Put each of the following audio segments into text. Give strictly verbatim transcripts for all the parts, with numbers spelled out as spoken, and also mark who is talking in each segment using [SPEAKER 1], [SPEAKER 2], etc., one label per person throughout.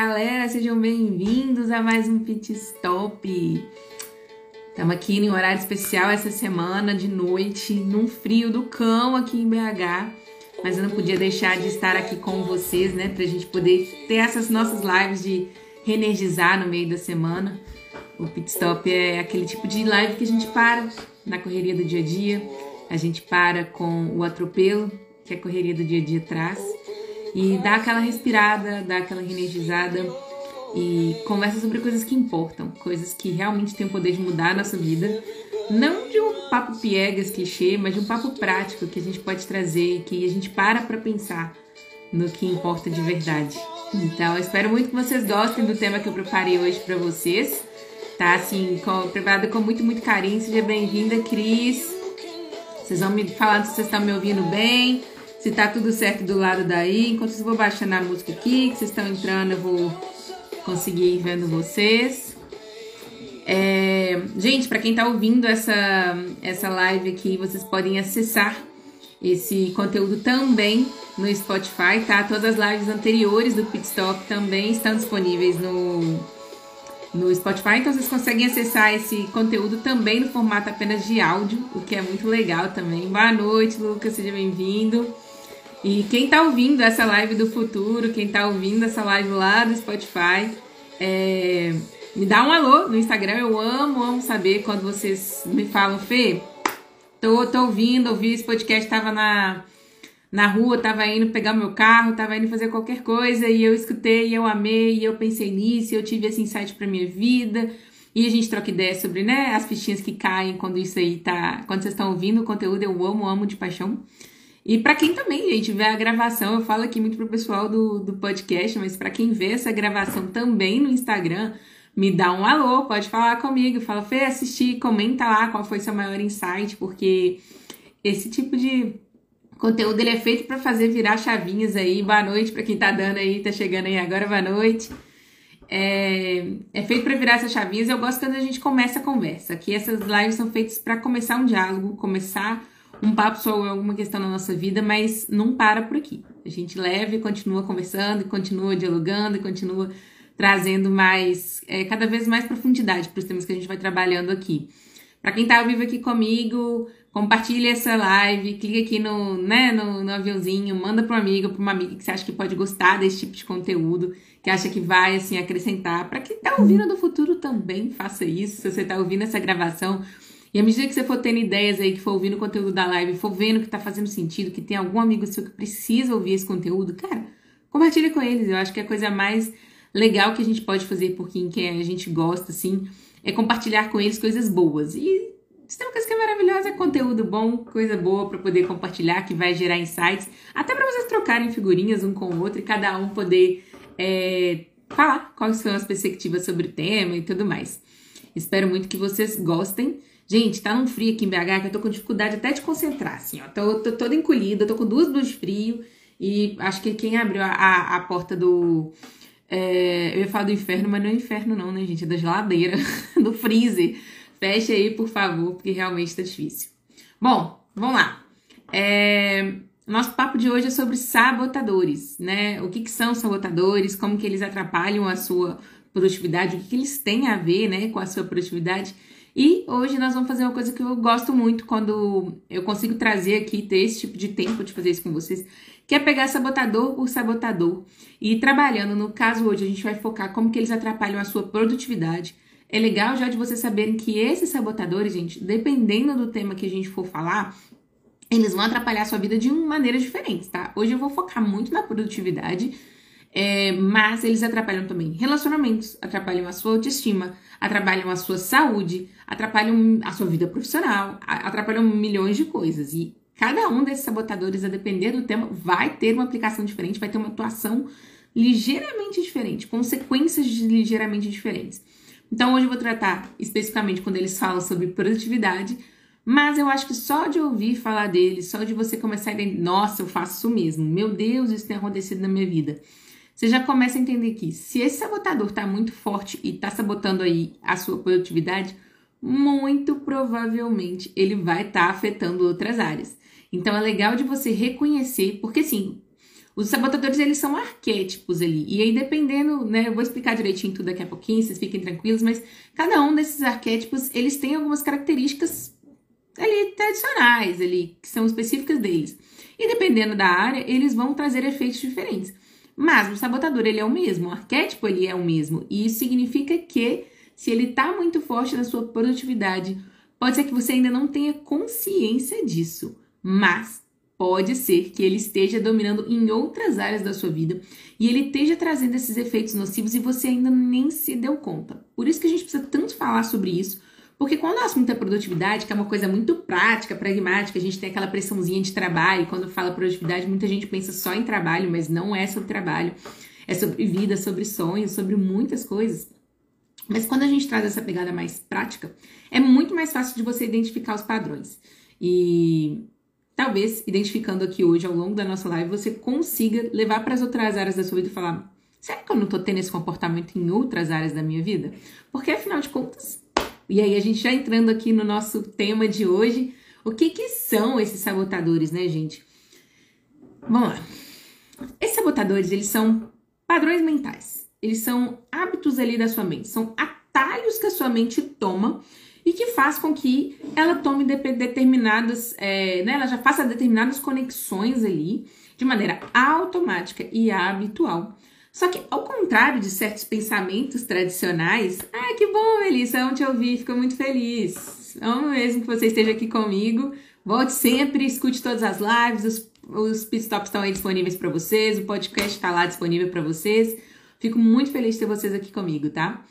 [SPEAKER 1] galera, sejam bem-vindos a mais um Pit Stop. Estamos aqui em um horário especial essa semana, de noite, num frio do cão aqui em B H, mas eu não podia deixar de estar aqui com vocês, né, pra gente poder ter essas nossas lives de reenergizar no meio da semana. O Pit Stop é aquele tipo de live que a gente para na correria do dia a dia, a gente para com o atropelo que a correria do dia a dia traz, e dá aquela respirada, dá aquela reenergizada e conversa sobre coisas que importam, coisas que realmente têm o poder de mudar a nossa vida. Não de um papo piegas, clichê, mas de um papo prático que a gente pode trazer, que a gente para para pensar no que importa de verdade. Então, eu espero muito que vocês gostem do tema que eu preparei hoje para vocês. Tá, assim, com, preparada com muito, muito carinho. Seja bem-vinda, Cris. Vocês vão me falando se vocês estão me ouvindo bem, se tá tudo certo do lado daí. Enquanto eu vou baixando a música aqui, que vocês estão entrando, eu vou conseguir ir vendo vocês. É, gente, para quem tá ouvindo essa, essa live aqui, vocês podem acessar esse conteúdo também no Spotify, tá? Todas as lives anteriores do Pit Stop também estão disponíveis no, no Spotify, então vocês conseguem acessar esse conteúdo também no formato apenas de áudio, o que é muito legal também. Boa noite, Lucas, seja bem-vindo. E quem tá ouvindo essa live do futuro, quem tá ouvindo essa live lá do Spotify, é, me dá um alô no Instagram. Eu amo, amo saber quando vocês me falam: Fê, tô, tô ouvindo, ouvi esse podcast, tava na, na rua, tava indo pegar meu carro, tava indo fazer qualquer coisa, e eu escutei, eu amei, e eu pensei nisso, eu tive esse insight pra minha vida, e a gente troca ideia sobre, né, as fichinhas que caem quando isso aí tá, quando vocês estão ouvindo o conteúdo. Eu amo, amo de paixão. E para quem também, gente, vê a gravação, eu falo aqui muito pro pessoal do, do podcast, mas para quem vê essa gravação também no Instagram, me dá um alô, pode falar comigo, fala: Fê, assisti, comenta lá qual foi seu maior insight, porque esse tipo de conteúdo ele é feito para fazer virar chavinhas aí. Boa noite para quem tá dando aí, tá chegando aí agora, boa noite. É, é feito para virar essas chavinhas. Eu gosto quando a gente começa a conversa, que essas lives são feitas para começar um diálogo, começar um papo sobre alguma questão na nossa vida, mas não para por aqui. A gente leva e continua conversando, e continua dialogando, e continua trazendo mais, é, cada vez mais profundidade para os temas que a gente vai trabalhando aqui. Para quem tá ao vivo aqui comigo, compartilha essa live, clica aqui no, né, no, no aviãozinho, manda para um amigo, para uma amiga que você acha que pode gostar desse tipo de conteúdo, que acha que vai, assim, acrescentar. Para quem tá ouvindo do futuro também, faça isso. Se você tá ouvindo essa gravação, e à medida que você for tendo ideias aí, que for ouvindo o conteúdo da live, for vendo que tá fazendo sentido, que tem algum amigo seu que precisa ouvir esse conteúdo, cara, compartilha com eles. Eu acho que a coisa mais legal que a gente pode fazer por quem que a gente gosta, assim, é compartilhar com eles coisas boas. E se tem uma coisa que é maravilhosa, é conteúdo bom, coisa boa para poder compartilhar, que vai gerar insights, até para vocês trocarem figurinhas um com o outro e cada um poder é, falar quais são as perspectivas sobre o tema e tudo mais. Espero muito que vocês gostem. Gente, tá num frio aqui em B H que eu tô com dificuldade até de concentrar, assim, ó. Tô, tô toda encolhida, tô com duas blusas de frio e acho que quem abriu a, a, a porta do... É, eu ia falar do inferno, mas não é inferno não, né, gente? É da geladeira, do freezer. Fecha aí, por favor, porque realmente tá difícil. Bom, vamos lá. É, nosso papo de hoje é sobre sabotadores, né? O que que são sabotadores, como que eles atrapalham a sua produtividade, o que que eles têm a ver, né, com a sua produtividade. E hoje nós vamos fazer uma coisa que eu gosto muito quando eu consigo trazer aqui, ter esse tipo de tempo de fazer isso com vocês, que é pegar sabotador por sabotador e ir trabalhando. No caso hoje a gente vai focar como que eles atrapalham a sua produtividade. É legal já de vocês saberem que esses sabotadores, gente, dependendo do tema que a gente for falar, eles vão atrapalhar a sua vida de maneiras diferentes, tá? Hoje eu vou focar muito na produtividade, É, mas eles atrapalham também relacionamentos, atrapalham a sua autoestima, atrapalham a sua saúde, atrapalham a sua vida profissional, atrapalham milhões de coisas. E cada um desses sabotadores, a depender do tema, vai ter uma aplicação diferente, vai ter uma atuação ligeiramente diferente, consequências ligeiramente diferentes. Então hoje eu vou tratar especificamente quando eles falam sobre produtividade, mas eu acho que só de ouvir falar deles, só de você começar a entender: nossa, eu faço isso mesmo, meu Deus, isso tem acontecido na minha vida, você já começa a entender que se esse sabotador está muito forte e está sabotando aí a sua produtividade, muito provavelmente ele vai estar tá afetando outras áreas. Então é legal de você reconhecer, porque assim, Os sabotadores, eles são arquétipos ali. E aí, dependendo, né? Eu vou explicar direitinho tudo daqui a pouquinho, vocês fiquem tranquilos. Mas cada um desses arquétipos, eles têm algumas características ali tradicionais, ali, que são específicas deles. E dependendo da área, eles vão trazer efeitos diferentes. Mas o sabotador, ele é o mesmo. O arquétipo, ele é o mesmo. E isso significa que, se ele tá muito forte na sua produtividade, pode ser que você ainda não tenha consciência disso. Mas pode ser que ele esteja dominando em outras áreas da sua vida e ele esteja trazendo esses efeitos nocivos e você ainda nem se deu conta. Por isso que a gente precisa tanto falar sobre isso, porque quando o assunto é produtividade, que é uma coisa muito prática, pragmática, a gente tem aquela pressãozinha de trabalho, quando fala produtividade, muita gente pensa só em trabalho, mas não é sobre trabalho, é sobre vida, sobre sonhos, sobre muitas coisas. Mas quando a gente traz essa pegada mais prática, é muito mais fácil de você identificar os padrões. E talvez, identificando aqui hoje, ao longo da nossa live, você consiga levar para as outras áreas da sua vida e falar: será que eu não tô tendo esse comportamento em outras áreas da minha vida? Porque, afinal de contas, e aí a gente já entrando aqui no nosso tema de hoje, o que que são esses sabotadores, né, gente? Vamos lá. Esses sabotadores, eles são padrões mentais. Eles são hábitos ali da sua mente. São atalhos que a sua mente toma e que faz com que ela tome de determinadas, é, né, ela já faça determinadas conexões ali de maneira automática e habitual. Só que, ao contrário de certos pensamentos tradicionais, ah, que bom, Melissa, amo te ouvir, fico muito feliz. Amo mesmo que você esteja aqui comigo. Volte sempre, escute todas as lives, os, os pitstops estão aí disponíveis para vocês, o podcast está lá disponível para vocês. Fico muito feliz de ter vocês aqui comigo, tá?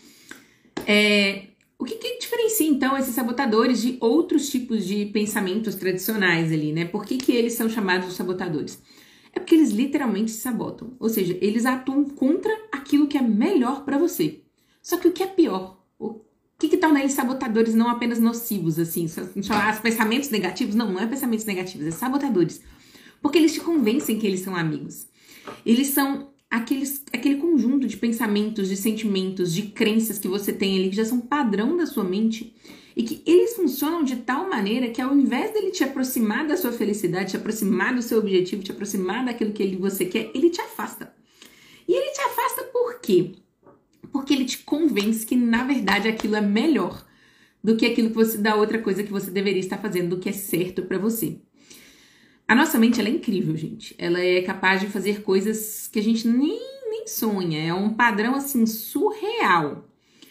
[SPEAKER 1] É... O que, que diferencia, então, esses sabotadores de outros tipos de pensamentos tradicionais ali, né? Por que, que eles são chamados de sabotadores? É porque eles literalmente se sabotam. Ou seja, eles atuam contra aquilo que é melhor para você. Só que o que é pior? O que, que torna eles sabotadores não apenas nocivos, assim? Chamar os pensamentos negativos? Não, não é pensamentos negativos, é sabotadores. Porque eles te convencem que eles são amigos. Eles são Aqueles, aquele conjunto de pensamentos, de sentimentos, de crenças que você tem ali, que já são padrão da sua mente, e que eles funcionam de tal maneira que, ao invés dele te aproximar da sua felicidade, te aproximar do seu objetivo, te aproximar daquilo que ele, você quer, ele te afasta. E ele te afasta por quê? Porque ele te convence que, na verdade, aquilo é melhor do que aquilo que você, da outra coisa que você deveria estar fazendo, do que é certo pra você. A nossa mente, ela é incrível, gente. Ela é capaz de fazer coisas que a gente nem, nem sonha. É um padrão, assim, surreal.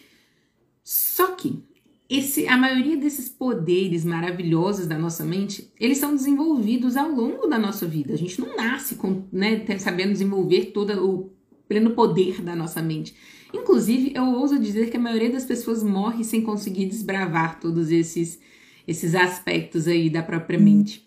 [SPEAKER 1] Só que esse, a maioria desses poderes maravilhosos da nossa mente, eles são desenvolvidos ao longo da nossa vida. A gente não nasce com, né, sabendo desenvolver todo o pleno poder da nossa mente. Inclusive, eu ouso dizer que a maioria das pessoas morre sem conseguir desbravar todos esses, esses aspectos aí da própria mente.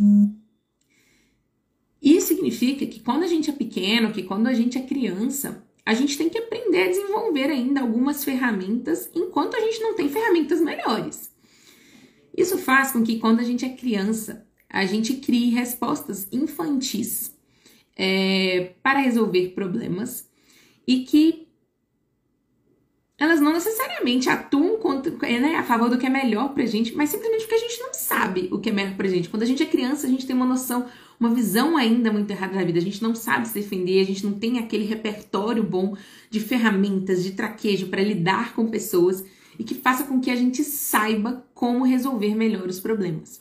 [SPEAKER 1] Isso significa que quando a gente é pequeno, que quando a gente é criança, a gente tem que aprender a desenvolver ainda algumas ferramentas, enquanto a gente não tem ferramentas melhores. Isso faz com que quando a gente é criança, a gente crie respostas infantis é, para resolver problemas e que elas não necessariamente atuam contra, né, a favor do que é melhor pra gente, mas simplesmente porque a gente não sabe o que é melhor pra gente. Quando a gente é criança, a gente tem uma noção, uma visão ainda muito errada da vida. A gente não sabe se defender, a gente não tem aquele repertório bom de ferramentas, de traquejo para lidar com pessoas e que faça com que a gente saiba como resolver melhor os problemas.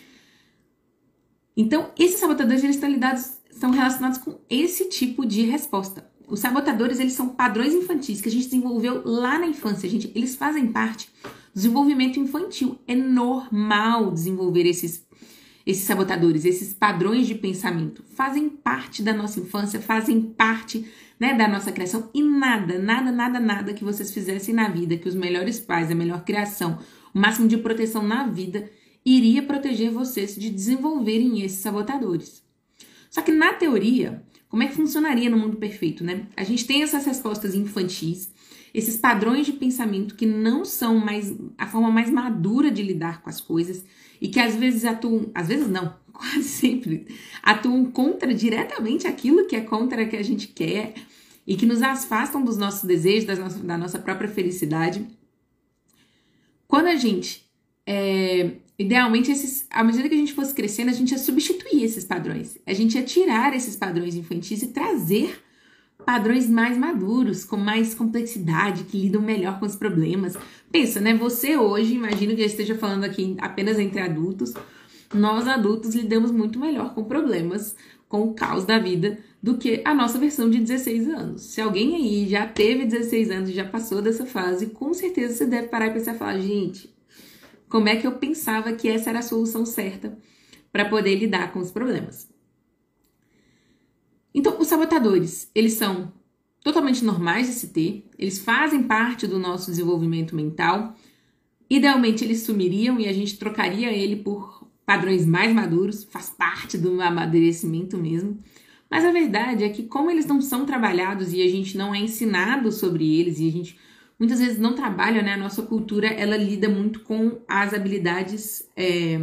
[SPEAKER 1] Então, esses sabotadores, eles estão, lidados, estão relacionados com esse tipo de resposta. Os sabotadores, eles são padrões infantis que a gente desenvolveu lá na infância, gente. Eles fazem parte do desenvolvimento infantil. É normal desenvolver esses, esses sabotadores, esses padrões de pensamento. Fazem parte da nossa infância, fazem parte, né, da nossa criação. E nada, nada, nada, nada que vocês fizessem na vida, que os melhores pais, a melhor criação, o máximo de proteção na vida, iria proteger vocês de desenvolverem esses sabotadores. Só que na teoria, como é que funcionaria no mundo perfeito, né? A gente tem essas respostas infantis, esses padrões de pensamento que não são mais a forma mais madura de lidar com as coisas e que às vezes atuam, às vezes não, quase sempre, atuam contra diretamente aquilo que é contra o que a gente quer e que nos afastam dos nossos desejos, das nossas, da nossa própria felicidade. Quando a gente é, idealmente, esses, à medida que a gente fosse crescendo, a gente ia substituir esses padrões. A gente ia tirar esses padrões infantis e trazer padrões mais maduros, com mais complexidade, que lidam melhor com os problemas. Pensa, né? Você hoje, imagino que já esteja falando aqui apenas entre adultos, nós adultos lidamos muito melhor com problemas, com o caos da vida, do que a nossa versão de dezesseis anos. Se alguém aí já teve dezesseis anos e já passou dessa fase, com certeza você deve parar e pensar e falar, gente, como é que eu pensava que essa era a solução certa para poder lidar com os problemas? Então, os sabotadores, eles são totalmente normais de se ter, eles fazem parte do nosso desenvolvimento mental. Idealmente, eles sumiriam e a gente trocaria ele por padrões mais maduros, faz parte do amadurecimento mesmo. Mas a verdade é que, como eles não são trabalhados e a gente não é ensinado sobre eles, e a gente muitas vezes não trabalha, né? A nossa cultura, ela lida muito com as habilidades é,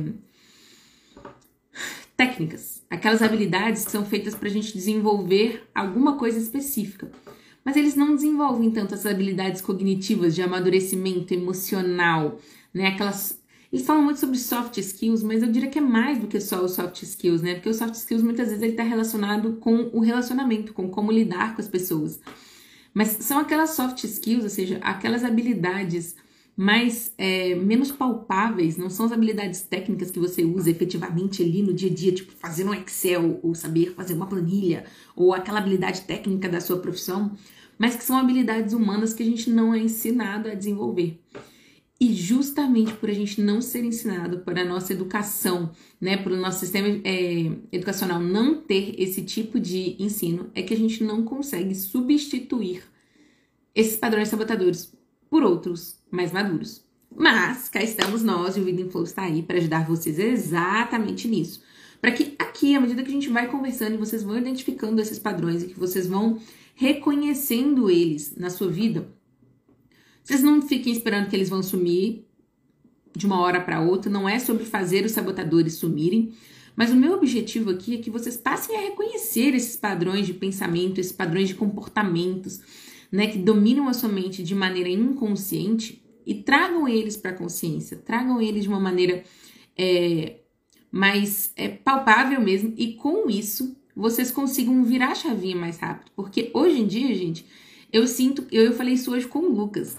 [SPEAKER 1] técnicas. Aquelas habilidades que são feitas para a gente desenvolver alguma coisa específica. Mas eles não desenvolvem tanto essas habilidades cognitivas de amadurecimento emocional, né? Aquelas... Eles falam muito sobre soft skills, mas eu diria que é mais do que só os soft skills, né? Porque o soft skills muitas vezes ele está relacionado com o relacionamento, com como lidar com as pessoas. Mas são aquelas soft skills, ou seja, aquelas habilidades mais, é, menos palpáveis, não são as habilidades técnicas que você usa efetivamente ali no dia a dia, tipo fazer um Excel, ou saber fazer uma planilha, ou aquela habilidade técnica da sua profissão, mas que são habilidades humanas que a gente não é ensinado a desenvolver. E justamente por a gente não ser ensinado, por a nossa educação, né, por o nosso sistema é, educacional não ter esse tipo de ensino, é que a gente não consegue substituir esses padrões sabotadores por outros mais maduros. Mas cá estamos nós e o Vida em Flow está aí para ajudar vocês exatamente nisso. Para que aqui, à medida que a gente vai conversando e vocês vão identificando esses padrões e que vocês vão reconhecendo eles na sua vida, vocês não fiquem esperando que eles vão sumir de uma hora para outra. Não é sobre fazer os sabotadores sumirem. Mas o meu objetivo aqui é que vocês passem a reconhecer esses padrões de pensamento, esses padrões de comportamentos, né, que dominam a sua mente de maneira inconsciente e tragam eles para a consciência. Tragam eles de uma maneira é, mais é, palpável mesmo. E com isso, vocês consigam virar a chavinha mais rápido. Porque hoje em dia, gente... Eu sinto, eu, eu falei isso hoje com o Lucas,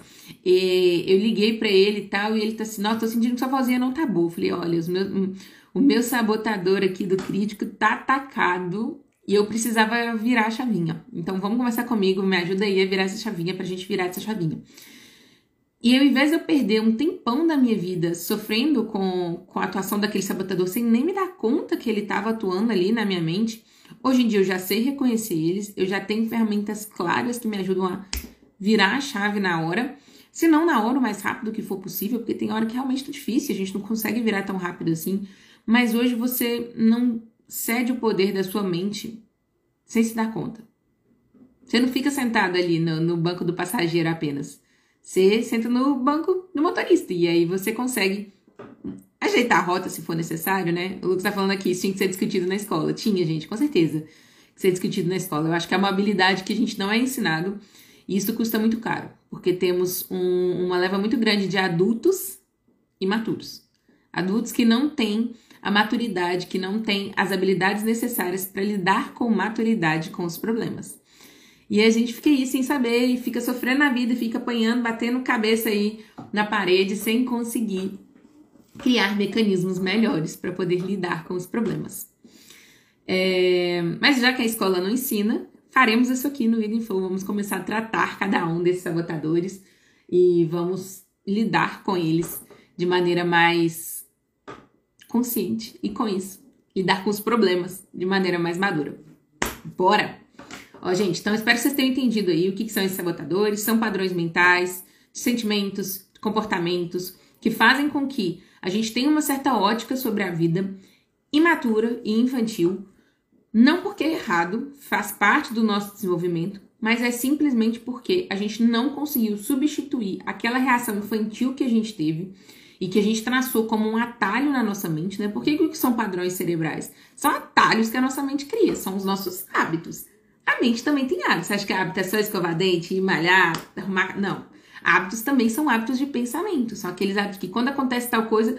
[SPEAKER 1] e eu liguei pra ele e tal, e ele tá assim, nossa, tô sentindo que sua vozinha não tá boa. Eu falei, olha, os meus, o meu sabotador aqui do crítico tá atacado e eu precisava virar a chavinha. Então vamos conversar comigo, me ajuda aí a virar essa chavinha pra gente virar essa chavinha. E ao invés de eu perder um tempão da minha vida sofrendo com, com a atuação daquele sabotador, sem nem me dar conta que ele tava atuando ali na minha mente, hoje em dia eu já sei reconhecer eles, eu já tenho ferramentas claras que me ajudam a virar a chave na hora, se não na hora o mais rápido que for possível, porque tem hora que realmente tá difícil, a gente não consegue virar tão rápido assim, mas hoje você não cede o poder da sua mente sem se dar conta. Você não fica sentado ali no, no banco do passageiro apenas, você senta no banco do motorista e aí você consegue ajeitar a rota se for necessário, né? O Lucas tá falando aqui, isso tinha que ser discutido na escola. Tinha, gente, com certeza que ser discutido na escola. Eu acho que é uma habilidade que a gente não é ensinado e isso custa muito caro, porque temos um, uma leva muito grande de adultos imaturos. Adultos que não têm a maturidade, que não têm as habilidades necessárias para lidar com maturidade com os problemas. E a gente fica aí sem saber e fica sofrendo na vida, fica apanhando, batendo cabeça aí na parede sem conseguir criar mecanismos melhores para poder lidar com os problemas. É, mas já que a escola não ensina, faremos isso aqui no Vida em Flow. Vamos começar a tratar cada um desses sabotadores e vamos lidar com eles de maneira mais consciente. E com isso, lidar com os problemas de maneira mais madura. Bora! Ó, gente, então espero que vocês tenham entendido aí o que, que são esses sabotadores. São padrões mentais, sentimentos, comportamentos que fazem com que a gente tenha uma certa ótica sobre a vida imatura e infantil, não porque é errado, faz parte do nosso desenvolvimento, mas é simplesmente porque a gente não conseguiu substituir aquela reação infantil que a gente teve e que a gente traçou como um atalho na nossa mente, né? Por que que são padrões cerebrais? São atalhos que a nossa mente cria, são os nossos hábitos. A mente também tem hábitos. Você acha que hábito é só escovar dente, malhar, arrumar? Não. Hábitos também são hábitos de pensamento. São aqueles hábitos que quando acontece tal coisa,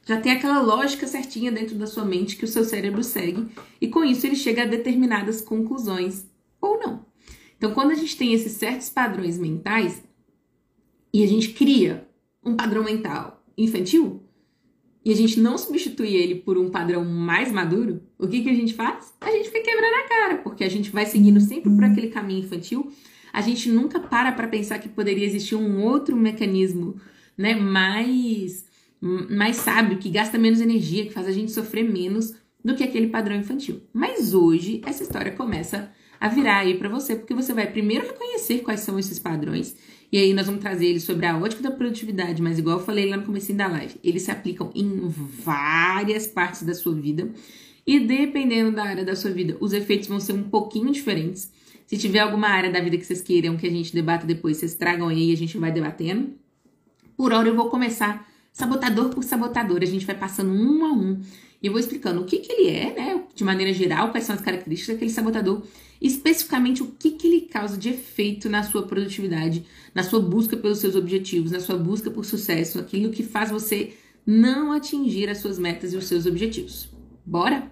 [SPEAKER 1] Já tem aquela lógica certinha dentro da sua mente que o seu cérebro segue. E com isso ele chega a determinadas conclusões ou não. Então, quando a gente tem esses certos padrões mentais e a gente cria um padrão mental infantil e a gente não substitui ele por um padrão mais maduro, o que, que a gente faz? A gente fica quebrando a cara, porque a gente vai seguindo sempre por aquele caminho infantil. A gente nunca para para pensar que poderia existir um outro mecanismo, né, mais, mais sábio, que gasta menos energia, que faz a gente sofrer menos do que aquele padrão infantil. Mas hoje essa história começa a virar aí para você, porque você vai primeiro reconhecer quais são esses padrões, e aí nós vamos trazer eles sobre a ótica da produtividade, mas igual eu falei lá no comecinho da live, eles se aplicam em várias partes da sua vida, e dependendo da área da sua vida, os efeitos vão ser um pouquinho diferentes. Se tiver alguma área da vida que vocês queiram que a gente debata depois, vocês tragam aí e a gente vai debatendo. Por hora eu vou começar sabotador por sabotador, a gente vai passando um a um. E eu vou explicando o que, que ele é, né, de maneira geral, quais são as características daquele sabotador, especificamente o que, que ele causa de efeito na sua produtividade, na sua busca pelos seus objetivos, na sua busca por sucesso, aquilo que faz você não atingir as suas metas e os seus objetivos. Bora?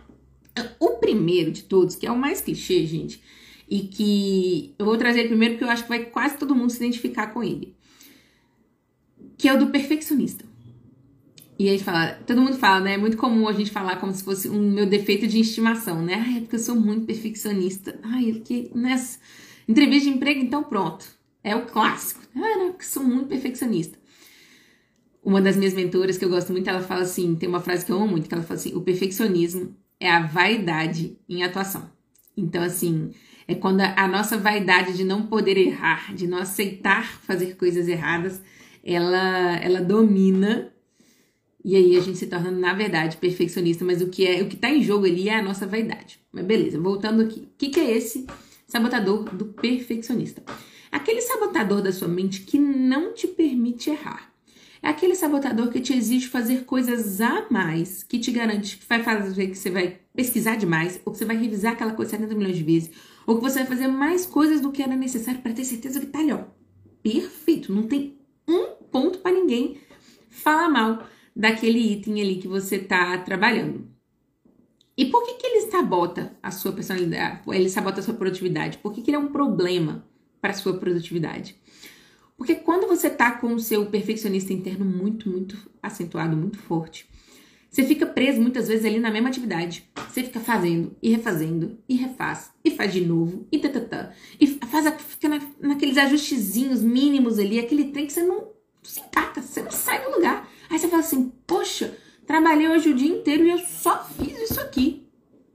[SPEAKER 1] O primeiro de todos, que é o mais clichê, gente, e que eu vou trazer ele primeiro porque eu acho que vai quase todo mundo se identificar com ele, que é o do perfeccionista. E aí fala, todo mundo fala, né? É muito comum a gente falar como se fosse um meu defeito de estimação, né? Ai, é porque eu sou muito perfeccionista. Ai, é porque nessa entrevista de emprego, então pronto. É o clássico. Ah, não, porque eu sou muito perfeccionista. Uma das minhas mentoras, que eu gosto muito, ela fala assim, tem uma frase que eu amo muito, que ela fala assim, o perfeccionismo é a vaidade em atuação. Então, assim, é quando a nossa vaidade de não poder errar, de não aceitar fazer coisas erradas, ela, ela domina. E aí a gente se torna, na verdade, perfeccionista, mas o que é, o que tá em jogo ali é a nossa vaidade. Mas beleza, voltando aqui. O que, que é esse sabotador do perfeccionista? Aquele sabotador da sua mente que não te permite errar. É aquele sabotador que te exige fazer coisas a mais, que te garante que vai fazer que você vai pesquisar demais, ou que você vai revisar aquela coisa setenta milhões de vezes, ou que você vai fazer mais coisas do que era necessário para ter certeza que tá ali, ó, perfeito. Não tem um ponto para ninguém falar mal daquele item ali que você tá trabalhando. E por que que ele sabota a sua personalidade? Ele sabota a sua produtividade? Por que que ele é um problema para a sua produtividade? Porque quando você tá com o seu perfeccionista interno muito, muito acentuado, muito forte, você fica preso muitas vezes ali na mesma atividade. Você fica fazendo e refazendo e refaz e faz de novo e tatatá. E faz, fica na, naqueles ajustezinhos mínimos ali, aquele trem que você não se empata, você não sai do lugar. Aí você fala assim, poxa, trabalhei hoje o dia inteiro e eu só fiz isso aqui.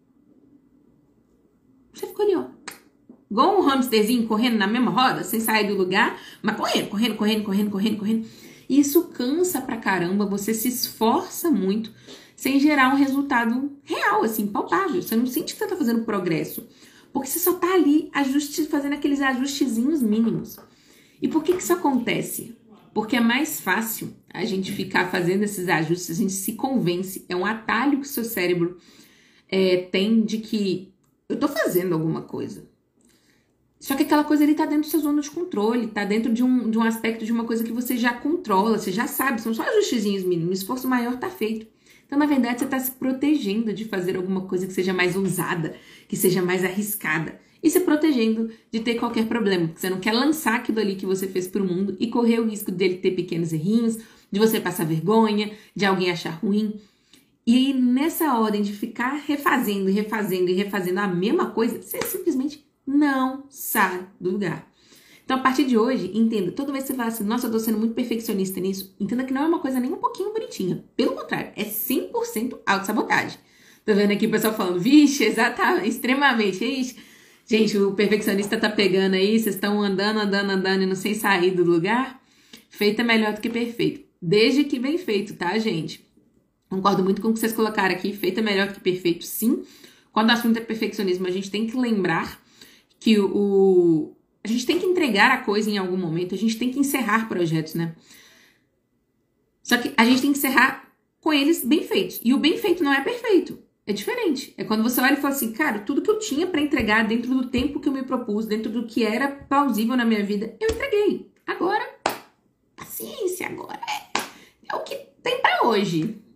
[SPEAKER 1] Você ficou ali, ó. Igual um hamsterzinho correndo na mesma roda, sem sair do lugar, mas correndo, correndo, correndo, correndo, correndo, correndo. E isso cansa pra caramba, você se esforça muito sem gerar um resultado real, assim, palpável. Você não sente que você tá fazendo progresso, porque você só tá ali ajuste, fazendo aqueles ajustezinhos mínimos. E por que que isso acontece? Porque é mais fácil a gente ficar fazendo esses ajustes, a gente se convence, é um atalho que o seu cérebro é, tem de que eu tô fazendo alguma coisa. Só que aquela coisa ali tá dentro da sua zona de controle, tá dentro de um, de um aspecto de uma coisa que você já controla, você já sabe, são só ajustezinhos mínimos, o esforço maior tá feito. Então, na verdade, você tá se protegendo de fazer alguma coisa que seja mais ousada, que seja mais arriscada. E se protegendo de ter qualquer problema, porque você não quer lançar aquilo ali que você fez pro mundo e correr o risco dele ter pequenos errinhos, de você passar vergonha, de alguém achar ruim. E aí, nessa ordem de ficar refazendo, e refazendo e refazendo a mesma coisa, você simplesmente não sai do lugar. Então, a partir de hoje, entenda, toda vez que você fala assim, nossa, eu tô sendo muito perfeccionista nisso, entenda que não é uma coisa nem um pouquinho bonitinha. Pelo contrário, é cem por cento autossabotagem. Tô vendo aqui o pessoal falando, vixe, exatamente, extremamente, vixe. Gente, o perfeccionista tá pegando aí, vocês estão andando, andando, andando e não sei sair do lugar. Feito é melhor do que perfeito. Desde que bem feito, tá, gente? Concordo muito com o que vocês colocaram aqui. Feito é melhor do que perfeito, sim. Quando o assunto é perfeccionismo, a gente tem que lembrar que o... a gente tem que entregar a coisa em algum momento. A gente tem que encerrar projetos, né? Só que a gente tem que encerrar com eles bem feitos. E o bem feito não é perfeito. É diferente. É quando você olha e fala assim, cara, tudo que eu tinha pra entregar dentro do tempo que eu me propus, dentro do que era plausível na minha vida, eu entreguei. Agora, paciência, agora é, é o que tem pra hoje.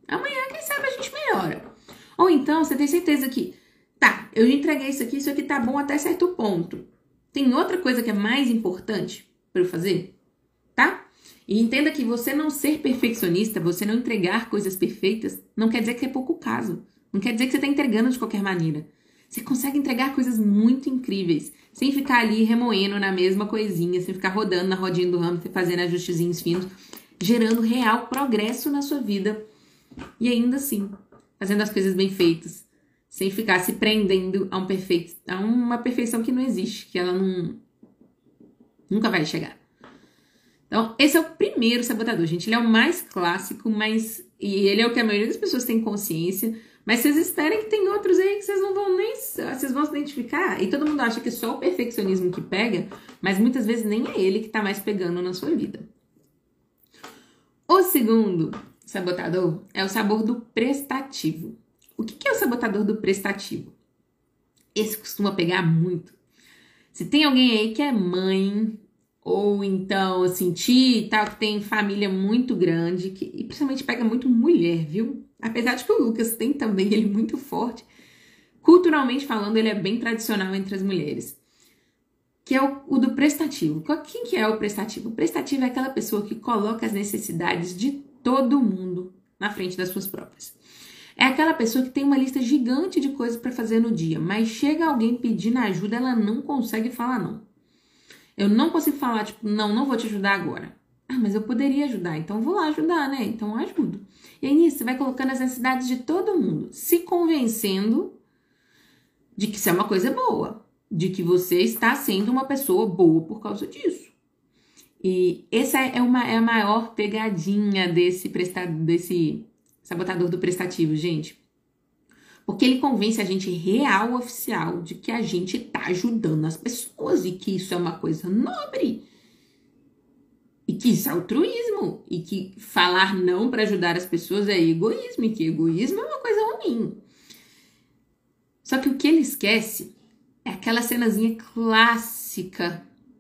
[SPEAKER 1] Amanhã, quem sabe, a gente melhora. Ou então, você tem certeza que, tá, eu entreguei isso aqui, isso aqui tá bom até certo ponto. Tem outra coisa que é mais importante para eu fazer, tá? E entenda que você não ser perfeccionista, você não entregar coisas perfeitas, não quer dizer que é pouco caso. Não quer dizer que você tá entregando de qualquer maneira. Você consegue entregar coisas muito incríveis, sem ficar ali remoendo na mesma coisinha, sem ficar rodando na rodinha do hamster, fazendo ajustezinhos finos, gerando real progresso na sua vida. E ainda assim, fazendo as coisas bem feitas, sem ficar se prendendo a, um perfeito, a uma perfeição que não existe, que ela não, nunca vai chegar. Então, esse é o primeiro sabotador, gente. Ele é o mais clássico, mas e ele é o que a maioria das pessoas tem consciência. Mas vocês esperem que tem outros aí que vocês não vão nem... Vocês vão se identificar. E todo mundo acha que é só o perfeccionismo que pega, mas muitas vezes nem é ele que tá mais pegando na sua vida. O segundo sabotador é o sabor do prestativo. O que é o sabotador do prestativo? Esse costuma pegar muito. Se tem alguém aí que é mãe, ou então, assim, tia e tal, que tem família muito grande, que, e principalmente pega muito mulher, viu? Apesar de que o Lucas tem também ele muito forte, culturalmente falando, ele é bem tradicional entre as mulheres. Que é o, o do prestativo. Quem que é o prestativo? O prestativo é aquela pessoa que coloca as necessidades de todo mundo na frente das suas próprias. É aquela pessoa que tem uma lista gigante de coisas para fazer no dia, mas chega alguém pedindo ajuda, ela não consegue falar não. Eu não consigo falar, tipo, não, não vou te ajudar agora. Ah, mas eu poderia ajudar, então vou lá ajudar, né? Então eu ajudo. E aí nisso, você vai colocando as necessidades de todo mundo, se convencendo de que isso é uma coisa boa, de que você está sendo uma pessoa boa por causa disso. E essa é, uma, é a maior pegadinha desse, presta, desse sabotador do prestativo, gente. Porque ele convence a gente real, oficial, de que a gente tá ajudando as pessoas e que isso é uma coisa nobre. E que isso é altruísmo. E que falar não para ajudar as pessoas é egoísmo. E que egoísmo é uma coisa ruim. Só que o que ele esquece é aquela cenazinha clássica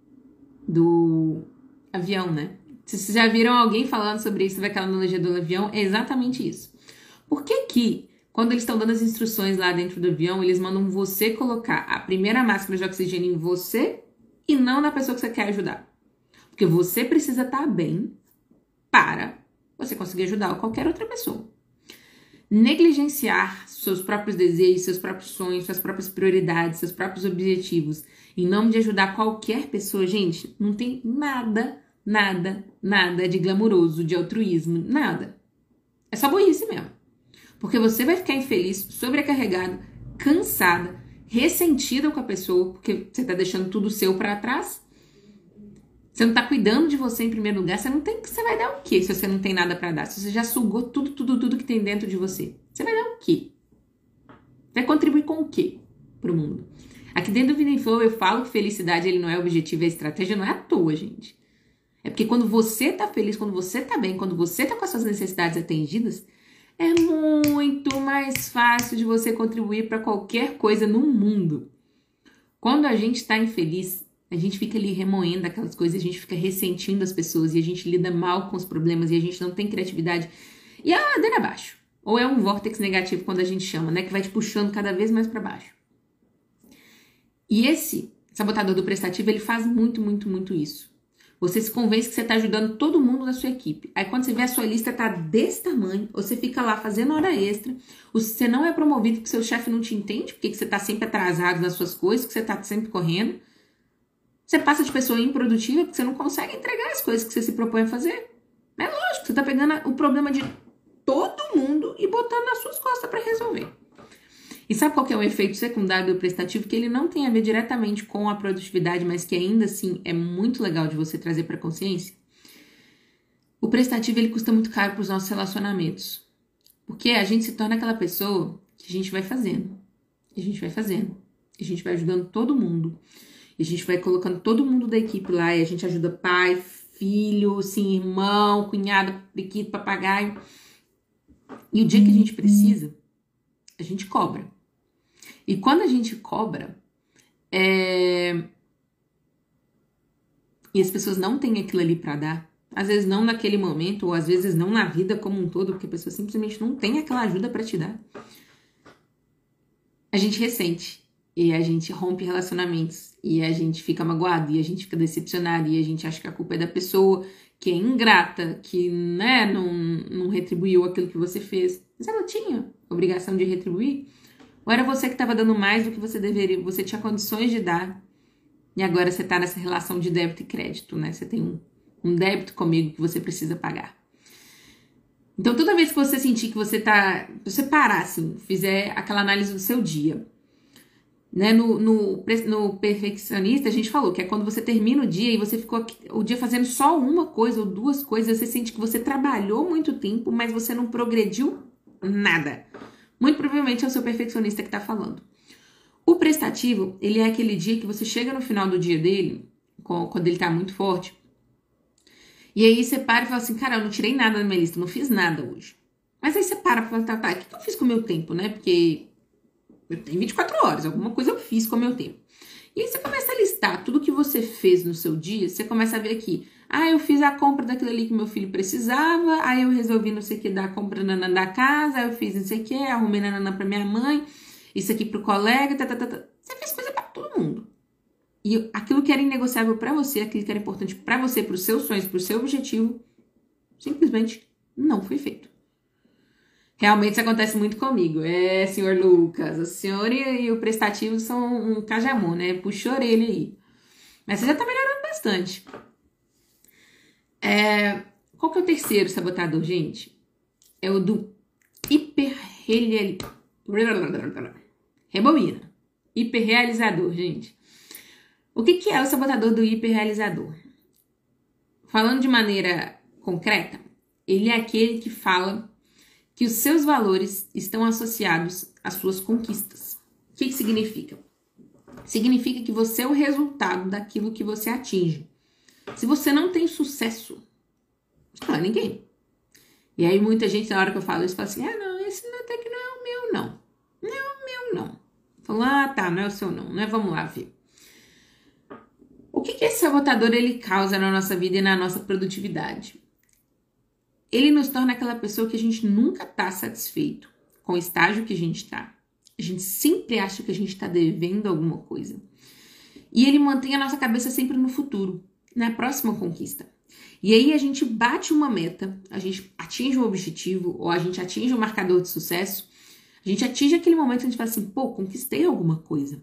[SPEAKER 1] do avião, né? Se vocês já viram alguém falando sobre isso, daquela analogia do avião, é exatamente isso. Por que que, quando eles estão dando as instruções lá dentro do avião, eles mandam você colocar a primeira máscara de oxigênio em você e não na pessoa que você quer ajudar? Porque você precisa estar bem para você conseguir ajudar qualquer outra pessoa. Negligenciar seus próprios desejos, seus próprios sonhos, suas próprias prioridades, seus próprios objetivos, em nome de ajudar qualquer pessoa, gente, não tem nada, nada, nada de glamuroso, de altruísmo, nada. É só burrice mesmo. Porque você vai ficar infeliz, sobrecarregado, cansada, ressentida com a pessoa, porque você tá deixando tudo seu para trás. Você não tá cuidando de você em primeiro lugar, você não tem, você vai dar o quê se você não tem nada para dar? Se você já sugou tudo, tudo, tudo que tem dentro de você, você vai dar o quê? Vai contribuir com o quê pro mundo? Aqui dentro do Vida em Flow eu falo que felicidade ele não é objetivo, é estratégia, não é à toa, gente. É porque quando você tá feliz, quando você tá bem, quando você tá com as suas necessidades atendidas, é muito mais fácil de você contribuir para qualquer coisa no mundo. Quando a gente tá infeliz, a gente fica ali remoendo aquelas coisas, a gente fica ressentindo as pessoas e a gente lida mal com os problemas e a gente não tem criatividade. E é a ladeira abaixo. Ou é um vórtex negativo quando a gente chama, né? Que vai te puxando cada vez mais para baixo. E esse sabotador do prestativo, ele faz muito, muito, muito isso. Você se convence que você está ajudando todo mundo da sua equipe. Aí quando você vê a sua lista tá desse tamanho, você fica lá fazendo hora extra, você não é promovido porque seu chefe não te entende, porque você está sempre atrasado nas suas coisas, que você está sempre correndo. Você passa de pessoa improdutiva porque você não consegue entregar as coisas que você se propõe a fazer. É lógico, você está pegando o problema de todo mundo e botando nas suas costas para resolver. E sabe qual que é o efeito secundário do prestativo? Que ele não tem a ver diretamente com a produtividade, mas que ainda assim é muito legal de você trazer para a consciência. O prestativo ele custa muito caro para os nossos relacionamentos. Porque a gente se torna aquela pessoa que a gente vai fazendo. A gente vai fazendo. A gente vai ajudando todo mundo. E a gente vai colocando todo mundo da equipe lá. E a gente ajuda pai, filho, assim, irmão, cunhado, periquito, papagaio. E o dia que a gente precisa, a gente cobra. E quando a gente cobra, é... e as pessoas não têm aquilo ali para dar, às vezes não naquele momento, ou às vezes não na vida como um todo, porque a pessoa simplesmente não tem aquela ajuda para te dar. A gente ressente, e a gente rompe relacionamentos, e a gente fica magoado, e a gente fica decepcionado, e a gente acha que a culpa é da pessoa, que é ingrata, que, né, não, não retribuiu aquilo que você fez. Mas ela tinha obrigação de retribuir? Ou era você que estava dando mais do que você deveria, você tinha condições de dar, e agora você está nessa relação de débito e crédito, né? Você tem um, um débito comigo que você precisa pagar. Então, toda vez que você sentir que você tá... você parar, assim, fizer aquela análise do seu dia, né? No, no, no perfeccionista, a gente falou que é quando você termina o dia e você ficou o dia fazendo só uma coisa ou duas coisas, você sente que você trabalhou muito tempo, mas você não progrediu nada. Muito provavelmente é o seu perfeccionista que tá falando. O prestativo, ele é aquele dia que você chega no final do dia dele, quando ele tá muito forte, e aí você para e fala assim, cara, eu não tirei nada da minha lista, não fiz nada hoje. Mas aí você para e fala, tá, tá, o que eu fiz com o meu tempo, né? Porque eu tenho vinte e quatro horas, alguma coisa eu fiz com o meu tempo. E aí você começa a listar tudo que você fez no seu dia, você começa a ver aqui, ah, eu fiz a compra daquilo ali que meu filho precisava, aí eu resolvi não sei o que da compra nanã da casa, aí eu fiz não sei o que, arrumei nanã pra minha mãe, isso aqui pro colega, tá, tá, tá, tá. Você fez coisa pra todo mundo. E aquilo que era inegociável pra você, aquilo que era importante pra você, pros seus sonhos, pro seu objetivo, simplesmente não foi feito. Realmente isso acontece muito comigo. É, senhor Lucas, o senhor e, e o prestativo são um cajamão, né? Puxa a orelha aí. Mas você já tá melhorando bastante. É, qual que é o terceiro sabotador, gente? É o do hiperreal... Rebobina. Hiperrealizador, gente. O que, que é o sabotador do hiperrealizador? Falando de maneira concreta, ele é aquele que fala que os seus valores estão associados às suas conquistas. O que, que significa? Significa que você é o resultado daquilo que você atinge. Se você não tem sucesso, não é ninguém. E aí muita gente, na hora que eu falo isso, fala assim, ah, não, esse até que não é o meu, não. Não é o meu, não. Falo, ah, tá, não é o seu, não, né? Vamos lá ver. O que, que esse sabotador ele causa na nossa vida e na nossa produtividade? Ele nos torna aquela pessoa que a gente nunca tá satisfeito com o estágio que a gente tá. A gente sempre acha que a gente tá devendo alguma coisa. E ele mantém a nossa cabeça sempre no futuro, na próxima conquista. E aí a gente bate uma meta, a gente atinge um objetivo, ou a gente atinge um marcador de sucesso, a gente atinge aquele momento que a gente fala assim, pô, conquistei alguma coisa.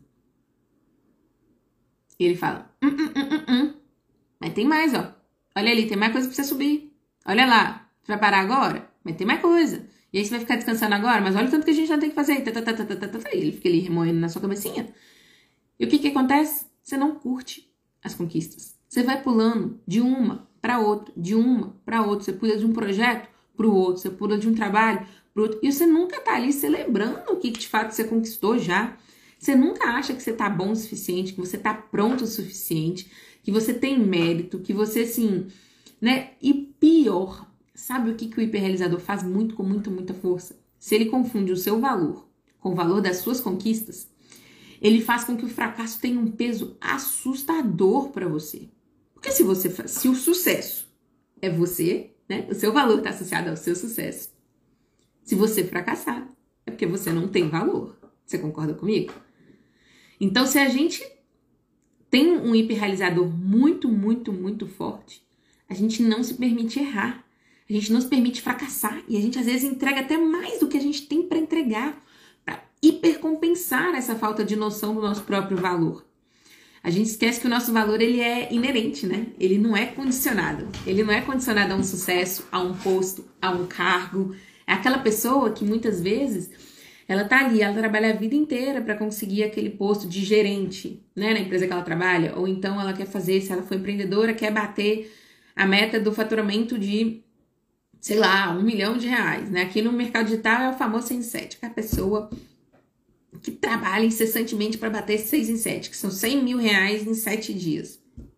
[SPEAKER 1] E ele fala, hum, hum, hum, hum, hum. Mas tem mais, ó. Olha ali, tem mais coisa pra você subir. Olha lá, você vai parar agora? Mas tem mais coisa. E aí você vai ficar descansando agora? Mas olha o tanto que a gente já tem que fazer. Tá, tá, tá, tá, tá, tá, tá. E ele fica ali remoendo na sua cabecinha. E o que que acontece? Você não curte as conquistas. Você vai pulando de uma para outra, de uma para outra. Você pula de um projeto para o outro, você pula de um trabalho para o outro. E você nunca tá ali celebrando o que de fato você conquistou já. Você nunca acha que você tá bom o suficiente, que você tá pronto o suficiente, que você tem mérito, que você, assim, né? E pior, sabe o que, que o hiperrealizador faz muito, com muita, muita força? Se ele confunde o seu valor com o valor das suas conquistas, ele faz com que o fracasso tenha um peso assustador para você. Porque se você se o sucesso é você, né? O seu valor está associado ao seu sucesso. Se você fracassar, é porque você não tem valor. Você concorda comigo? Então, se a gente tem um hiperrealizador muito, muito, muito forte, a gente não se permite errar. A gente não se permite fracassar. E a gente, às vezes, entrega até mais do que a gente tem para entregar, para hipercompensar essa falta de noção do nosso próprio valor. A gente esquece que o nosso valor, ele é inerente, né? Ele não é condicionado. Ele não é condicionado a um sucesso, a um posto, a um cargo. É aquela pessoa que, muitas vezes, ela tá ali, ela trabalha a vida inteira para conseguir aquele posto de gerente, né, na empresa que ela trabalha. Ou então ela quer fazer, se ela for empreendedora, quer bater a meta do faturamento de, sei lá, um milhão de reais, né? Aqui no mercado digital é o famoso seis em sete, que é a pessoa que trabalha incessantemente para bater seis em sete, que são cem mil reais em sete dias.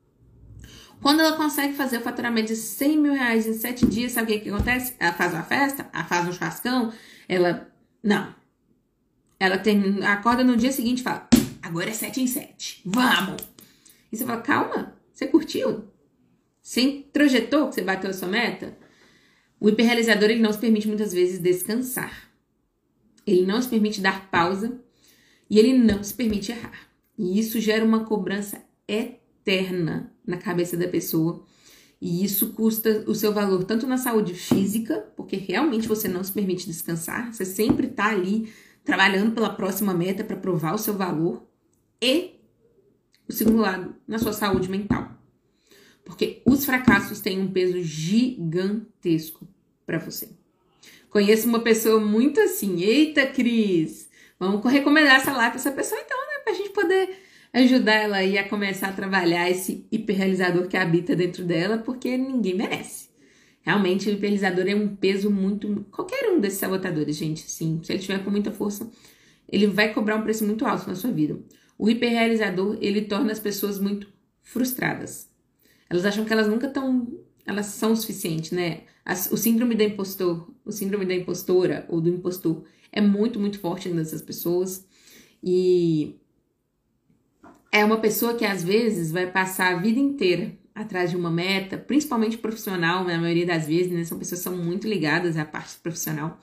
[SPEAKER 1] Quando ela consegue fazer o faturamento de cem mil reais em sete dias, sabe o que, que acontece? Ela faz uma festa, ela faz um churrascão, ela... Não. Ela termina, acorda no dia seguinte e fala, agora é sete em sete, vamos! E você fala, calma, você curtiu? Você introjetou que você bateu a sua meta? O hiperrealizador, ele não se permite muitas vezes descansar. Ele não se permite dar pausa e ele não se permite errar. E isso gera uma cobrança eterna na cabeça da pessoa. E isso custa o seu valor tanto na saúde física, porque realmente você não se permite descansar. Você sempre está ali trabalhando pela próxima meta para provar o seu valor. E o segundo lado, na sua saúde mental. Porque os fracassos têm um peso gigantesco para você. Conheço uma pessoa muito assim. Eita, Cris! Vamos recomendar essa lá para essa pessoa então, né? Pra gente poder ajudar ela aí a começar a trabalhar esse hiperrealizador que habita dentro dela, porque ninguém merece. Realmente, o hiperrealizador é um peso muito... Qualquer um desses sabotadores, gente, sim. Se ele tiver com muita força, ele vai cobrar um preço muito alto na sua vida. O hiperrealizador, ele torna as pessoas muito frustradas. Elas acham que elas nunca estão... Elas são o suficiente, né? As, o síndrome da impostor, o síndrome da impostora ou do impostor é muito, muito forte nessas pessoas. E é uma pessoa que, às vezes, vai passar a vida inteira atrás de uma meta, principalmente profissional, na maioria das vezes, né? São pessoas que são muito ligadas à parte profissional.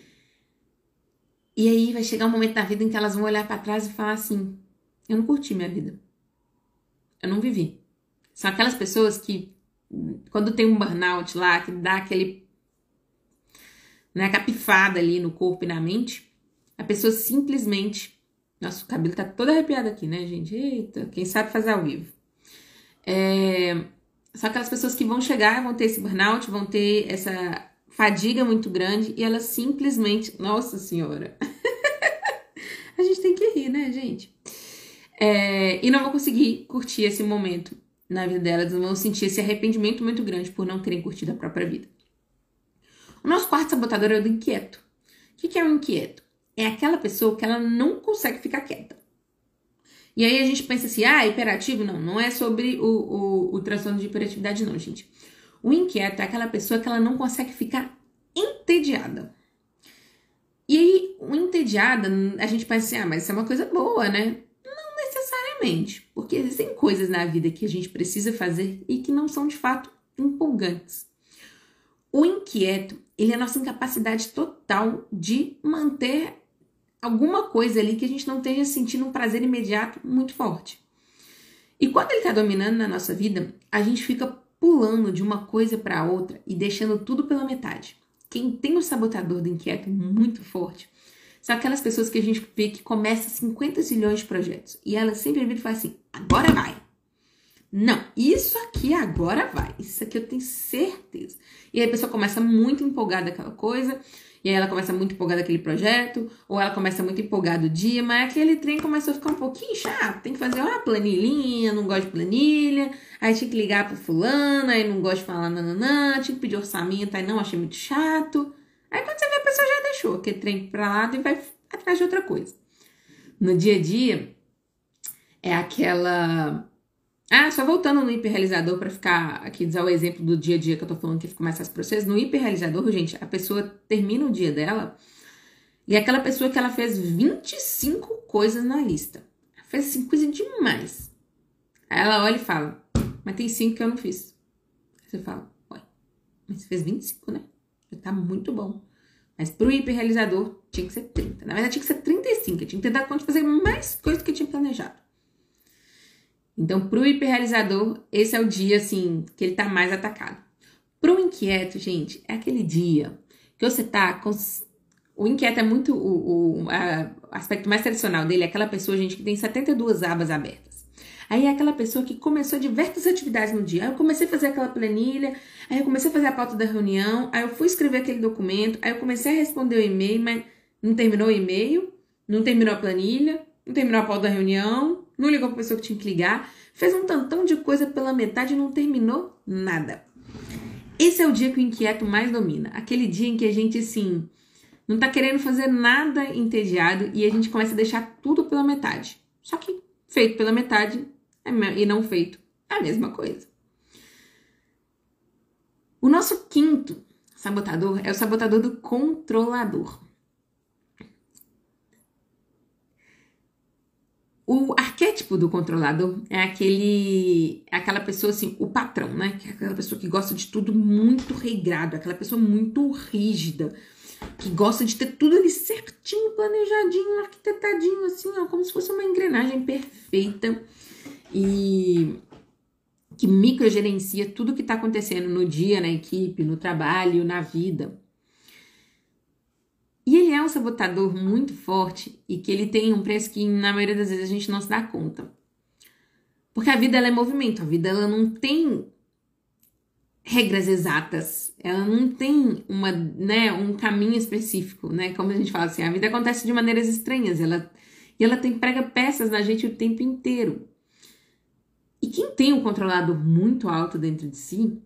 [SPEAKER 1] E aí vai chegar um momento da vida em que elas vão olhar para trás e falar assim: eu não curti minha vida. Eu não vivi. São aquelas pessoas que, quando tem um burnout lá, que dá aquele, né, capifada ali no corpo e na mente, a pessoa simplesmente... Nossa, o cabelo tá todo arrepiado aqui, né, gente? Eita, quem sabe fazer ao vivo. É... São aquelas pessoas que vão chegar, vão ter esse burnout, vão ter essa fadiga muito grande e elas simplesmente... Nossa Senhora! A gente tem que rir, né, gente? É... E não vão conseguir curtir esse momento na vida delas, vão sentir esse arrependimento muito grande por não terem curtido a própria vida. O nosso quarto sabotador é o do inquieto. O que é o inquieto? É aquela pessoa que ela não consegue ficar quieta. E aí a gente pensa assim, ah, hiperativo? Não, não é sobre o, o, o transtorno de hiperatividade não, gente. O inquieto é aquela pessoa que ela não consegue ficar entediada. E aí, o entediada, a gente pensa assim, ah, mas isso é uma coisa boa, né? Não necessariamente, porque existem coisas na vida que a gente precisa fazer e que não são, de fato, empolgantes. O inquieto, ele é a nossa incapacidade total de manter alguma coisa ali que a gente não esteja sentindo um prazer imediato muito forte. E quando ele está dominando na nossa vida, a gente fica pulando de uma coisa para outra e deixando tudo pela metade. Quem tem o sabotador do inquieto muito forte são aquelas pessoas que a gente vê que começa cinquenta zilhões de projetos e elas sempre viram e falam assim, agora vai. Não, isso aqui agora vai. Isso aqui eu tenho certeza. E aí a pessoa começa muito empolgada com aquela coisa, e aí ela começa muito empolgada aquele projeto, ou ela começa muito empolgada o dia, mas aquele trem começou a ficar um pouquinho chato. Tem que fazer uma planilhinha, não gosto de planilha, aí tinha que ligar pro fulano, aí não gosto de falar nananã, tinha que pedir orçamento, aí não, achei muito chato. Aí quando você vê, a pessoa já deixou aquele trem pra lá e vai atrás de outra coisa. No dia a dia, é aquela... Ah, só voltando no hiperrealizador para ficar aqui, dizer o exemplo do dia a dia que eu tô falando que fica mais fácil pra vocês. No hiperrealizador, gente, a pessoa termina o dia dela e é aquela pessoa que ela fez vinte e cinco coisas na lista. Ela fez assim, coisa demais. Aí ela olha e fala, mas tem cinco que eu não fiz. Aí você fala, ué, mas você fez vinte e cinco, né? Já tá muito bom. Mas pro hiperrealizador tinha que ser trinta. Na verdade, tinha que ser trinta e cinco. Eu tinha que ter dado conta de fazer mais coisas do que eu tinha planejado. Então, pro hiperrealizador, esse é o dia, assim, que ele tá mais atacado. Pro inquieto, gente, é aquele dia que você tá com... O inquieto é muito... O, o a, aspecto mais tradicional dele é aquela pessoa, gente, que tem setenta e duas abas abertas. Aí é aquela pessoa que começou diversas atividades no dia. Aí eu comecei a fazer aquela planilha, aí eu comecei a fazer a pauta da reunião, aí eu fui escrever aquele documento, aí eu comecei a responder o e-mail, mas não terminou o e-mail, não terminou a planilha, não terminou a pauta da reunião, não ligou para a pessoa que tinha que ligar, fez um tantão de coisa pela metade e não terminou nada. Esse é o dia que o inquieto mais domina. Aquele dia em que a gente, assim, não tá querendo fazer nada entediado e a gente começa a deixar tudo pela metade. Só que feito pela metade é, e não feito é a mesma coisa. O nosso quinto sabotador é o sabotador do controlador. O arquétipo do controlador é aquele, é aquela pessoa assim, o patrão, né? Que é aquela pessoa que gosta de tudo muito regrado, aquela pessoa muito rígida, que gosta de ter tudo ali certinho, planejadinho, arquitetadinho, assim, ó, como se fosse uma engrenagem perfeita e que microgerencia tudo que está acontecendo no dia, na equipe, no trabalho, na vida. E ele é um sabotador muito forte e que ele tem um preço que na maioria das vezes a gente não se dá conta. Porque a vida ela é movimento, a vida ela não tem regras exatas, ela não tem uma, né, um caminho específico, né? Como a gente fala assim, a vida acontece de maneiras estranhas, ela, e ela tem prega peças na gente o tempo inteiro. E quem tem um controlador muito alto dentro de si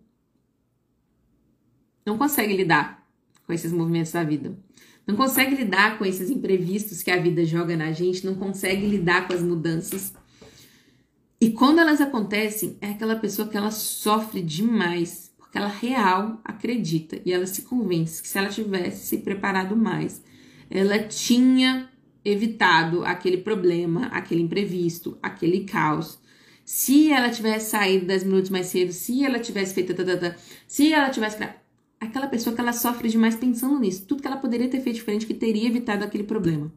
[SPEAKER 1] não consegue lidar com esses movimentos da vida. Não consegue lidar com esses imprevistos que a vida joga na gente, não consegue lidar com as mudanças. E quando elas acontecem, é aquela pessoa que ela sofre demais, porque ela real acredita e ela se convence que se ela tivesse se preparado mais, ela tinha evitado aquele problema, aquele imprevisto, aquele caos. Se ela tivesse saído dez minutos mais cedo, se ela tivesse feito tatatata, se ela tivesse... Aquela pessoa que ela sofre demais pensando nisso. Tudo que ela poderia ter feito diferente, que teria evitado aquele problema.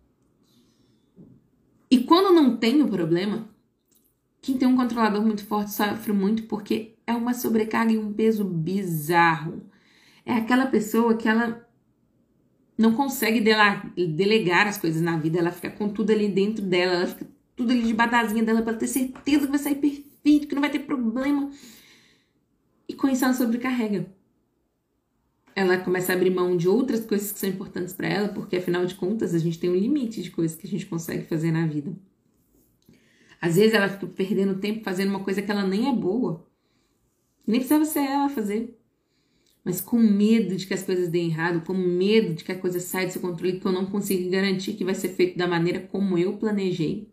[SPEAKER 1] E quando não tem o problema, quem tem um controlador muito forte sofre muito porque é uma sobrecarga e um peso bizarro. É aquela pessoa que ela não consegue delegar as coisas na vida. Ela fica com tudo ali dentro dela. Ela fica tudo ali de badazinha dela para ter certeza que vai sair perfeito, que não vai ter problema. E com isso ela sobrecarrega. Ela começa a abrir mão de outras coisas que são importantes para ela, porque afinal de contas a gente tem um limite de coisas que a gente consegue fazer na vida. Às vezes ela fica perdendo tempo fazendo uma coisa que ela nem é boa. Nem precisava ser ela fazer. Mas com medo de que as coisas deem errado, com medo de que a coisa saia do seu controle, que eu não consiga garantir que vai ser feito da maneira como eu planejei.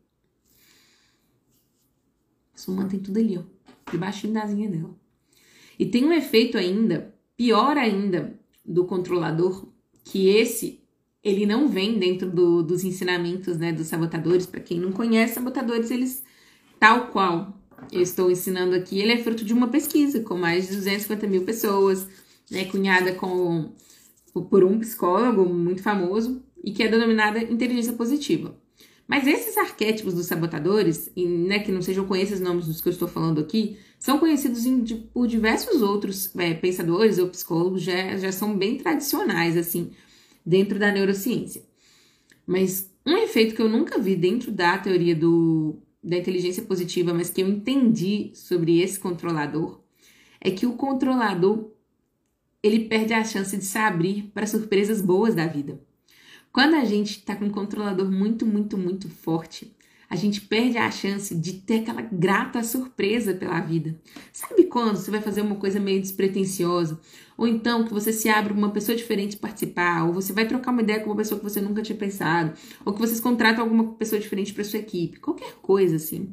[SPEAKER 1] Isso mantém tudo ali, ó, debaixo da asinha dela. E tem um efeito ainda... Pior ainda do controlador, que esse, ele não vem dentro do, dos ensinamentos, né, dos sabotadores. Para quem não conhece, sabotadores, eles, tal qual eu estou ensinando aqui, ele é fruto de uma pesquisa com mais de duzentas e cinquenta mil pessoas, né, cunhada com, por um psicólogo muito famoso e que é denominada inteligência positiva. Mas esses arquétipos dos sabotadores, e, né, que não sejam com esses nomes dos que eu estou falando aqui, são conhecidos em, de, por diversos outros é, pensadores ou psicólogos, já, já são bem tradicionais, assim, dentro da neurociência. Mas um efeito que eu nunca vi dentro da teoria do, da inteligência positiva, mas que eu entendi sobre esse controlador, é que o controlador, ele perde a chance de se abrir para surpresas boas da vida. Quando a gente tá com um controlador muito, muito, muito forte, a gente perde a chance de ter aquela grata surpresa pela vida. Sabe quando você vai fazer uma coisa meio despretensiosa? Ou então que você se abre para uma pessoa diferente participar, ou você vai trocar uma ideia com uma pessoa que você nunca tinha pensado, ou que vocês contratam alguma pessoa diferente para sua equipe, qualquer coisa assim.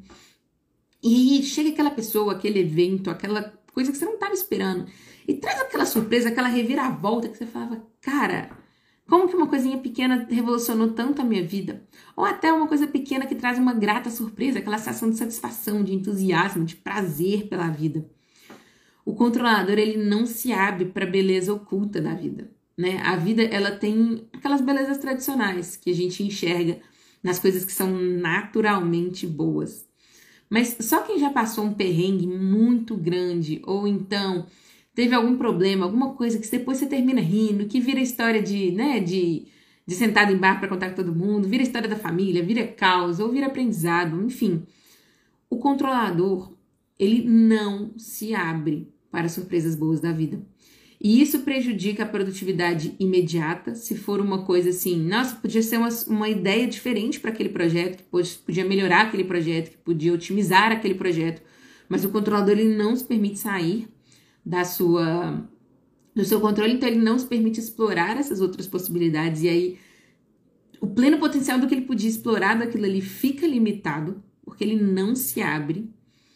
[SPEAKER 1] E chega aquela pessoa, aquele evento, aquela coisa que você não estava esperando, e traz aquela surpresa, aquela reviravolta que você falava, cara... Como que uma coisinha pequena revolucionou tanto a minha vida? Ou até uma coisa pequena que traz uma grata surpresa, aquela sensação de satisfação, de entusiasmo, de prazer pela vida. O controlador, ele não se abre para a beleza oculta da vida, né? A vida, ela tem aquelas belezas tradicionais que a gente enxerga nas coisas que são naturalmente boas. Mas só quem já passou um perrengue muito grande, ou então... teve algum problema, alguma coisa que depois você termina rindo, que vira história de, né, de, de sentado em bar para contar com todo mundo, vira história da família, vira caos ou vira aprendizado, enfim. O controlador, ele não se abre para surpresas boas da vida. E isso prejudica a produtividade imediata, se for uma coisa assim, nossa, podia ser uma, uma ideia diferente para aquele projeto, que podia melhorar aquele projeto, que podia otimizar aquele projeto, mas o controlador, ele não se permite sair da sua, do seu controle, então ele não se permite explorar essas outras possibilidades, e aí o pleno potencial do que ele podia explorar daquilo ali fica limitado, porque ele não se abre,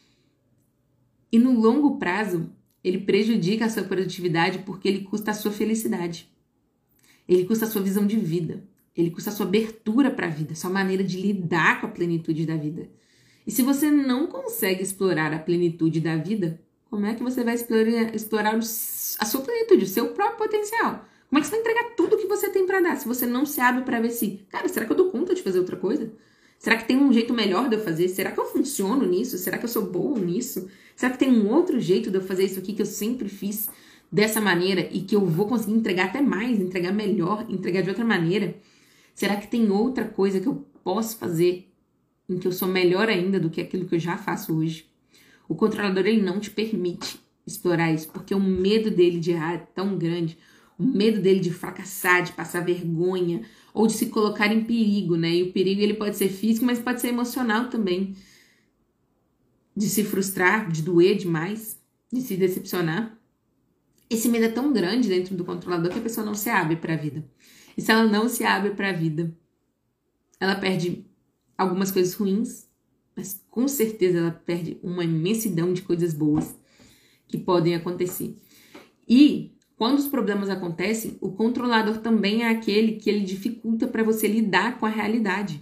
[SPEAKER 1] e no longo prazo ele prejudica a sua produtividade porque ele custa a sua felicidade, ele custa a sua visão de vida, Ele custa a sua abertura para a vida, sua maneira de lidar com a plenitude da vida. E se você não consegue explorar a plenitude da vida, como é que você vai explorar, explorar a sua plenitude, o seu próprio potencial? Como é que você vai entregar tudo que você tem para dar se você não se abre para ver se, cara, será que eu dou conta de fazer outra coisa? Será que tem um jeito melhor de eu fazer? Será que eu funciono nisso? Será que eu sou boa nisso? Será que tem um outro jeito de eu fazer isso aqui que eu sempre fiz dessa maneira e que eu vou conseguir entregar até mais, entregar melhor, entregar de outra maneira? Será que tem outra coisa que eu posso fazer em que eu sou melhor ainda do que aquilo que eu já faço hoje? O controlador, ele não te permite explorar isso, porque o medo dele de errar é tão grande, o medo dele de fracassar, de passar vergonha, ou de se colocar em perigo, né? E o perigo, ele pode ser físico, mas pode ser emocional também. De se frustrar, de doer demais, de se decepcionar. Esse medo é tão grande dentro do controlador que a pessoa não se abre para a vida. E se ela não se abre para a vida, ela perde algumas coisas ruins, mas com certeza ela perde uma imensidão de coisas boas que podem acontecer. E quando os problemas acontecem, o controlador também é aquele que ele dificulta para você lidar com a realidade.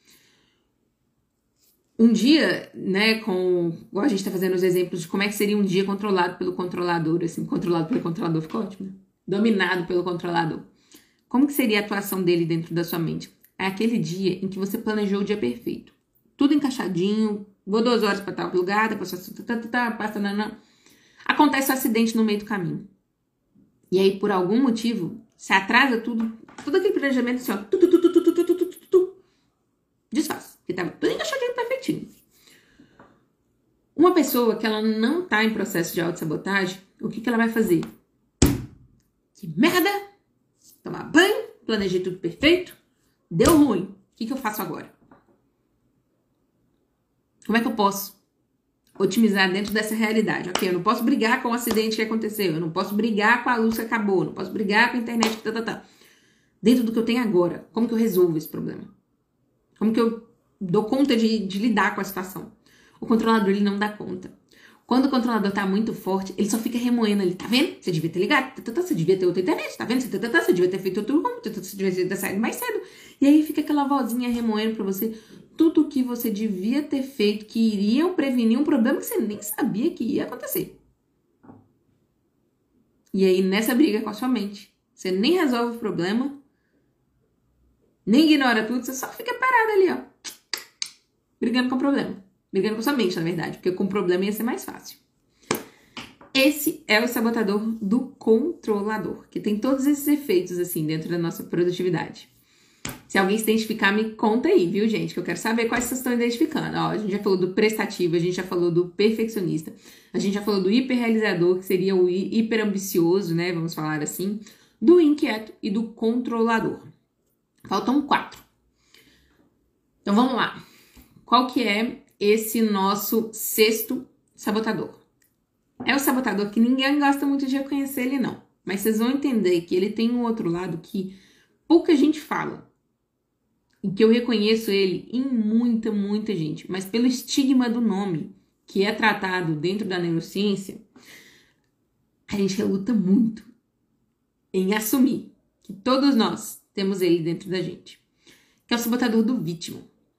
[SPEAKER 1] Um dia, né, com, igual a gente está fazendo os exemplos de como é que seria um dia controlado pelo controlador, assim, controlado pelo controlador ficou ótimo, né? Dominado pelo controlador. Como que seria a atuação dele dentro da sua mente? É aquele dia em que você planejou o dia perfeito. Tudo encaixadinho, vou duas horas para tal lugar, depois passa, nanã. Acontece um acidente no meio do caminho. E aí, por algum motivo, se atrasa tudo, todo aquele planejamento assim, ó, tu, tu, tu, tu, tu, tu, tu, tu, tu, tu, desfaz, porque tava tudo encaixadinho, perfeitinho. Uma pessoa que ela não tá em processo de autossabotagem, o que que ela vai fazer? Que merda! Tomar banho, planejei tudo perfeito, deu ruim. O que que eu faço agora? Como é que eu posso otimizar dentro dessa realidade? Ok, eu não posso brigar com o acidente que aconteceu, eu não posso brigar com a luz que acabou, eu não posso brigar com a internet que tá, tá, tá. Dentro do que eu tenho agora, como que eu resolvo esse problema? Como que eu dou conta de, de lidar com a situação? O controlador, ele não dá conta. Quando o controlador tá muito forte, ele só fica remoendo ali, tá vendo? Você devia ter ligado, você devia ter outra internet, tá vendo? Você devia ter feito outro rumo, você devia ter saído mais cedo. E aí fica aquela vozinha remoendo pra você tudo o que você devia ter feito, que iriam prevenir um problema que você nem sabia que ia acontecer. E aí, nessa briga com a sua mente, você nem resolve o problema, nem ignora tudo, você só fica parado ali, ó, brigando com o problema. Brigando com sua mente, na verdade, porque com o problema ia ser mais fácil. Esse é o sabotador do controlador, que tem todos esses efeitos, assim, dentro da nossa produtividade. Se alguém se identificar, me conta aí, viu, gente? Que eu quero saber quais vocês estão identificando. Ó, a gente já falou do prestativo, a gente já falou do perfeccionista, a gente já falou do hiperrealizador, que seria o hiperambicioso, né? Vamos falar assim. Do inquieto e do controlador. Faltam quatro. Então, vamos lá. Qual que é esse nosso sexto sabotador? É o sabotador que ninguém gosta muito de reconhecer ele, não. Mas vocês vão entender que ele tem um outro lado que pouca gente fala. E que eu reconheço ele em muita, muita gente. Mas pelo estigma do nome, que é tratado dentro da neurociência, a gente reluta muito em assumir que todos nós temos ele dentro da gente. Que é o sabotador do vítima.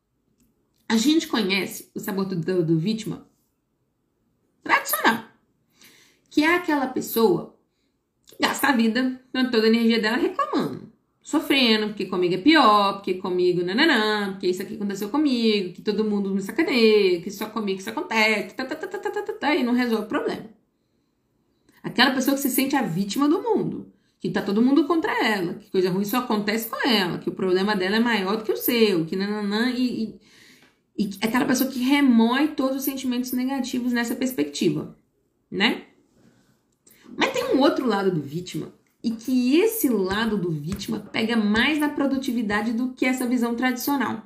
[SPEAKER 1] A gente conhece o sabotador do vítima tradicional, que é aquela pessoa que gasta a vida com toda a energia dela reclamando, sofrendo, porque comigo é pior, porque comigo nananã, porque isso aqui aconteceu comigo, que todo mundo me sacaneia, que só comigo isso acontece, tá, tá, tá, tá, tá, tá, tá, e não resolve o problema. Aquela pessoa que se sente a vítima do mundo, que tá todo mundo contra ela, que coisa ruim só acontece com ela, que o problema dela é maior do que o seu, que nananã, e... e E aquela pessoa que remoe todos os sentimentos negativos nessa perspectiva, né? Mas tem um outro lado do vítima, e que esse lado do vítima pega mais na produtividade do que essa visão tradicional.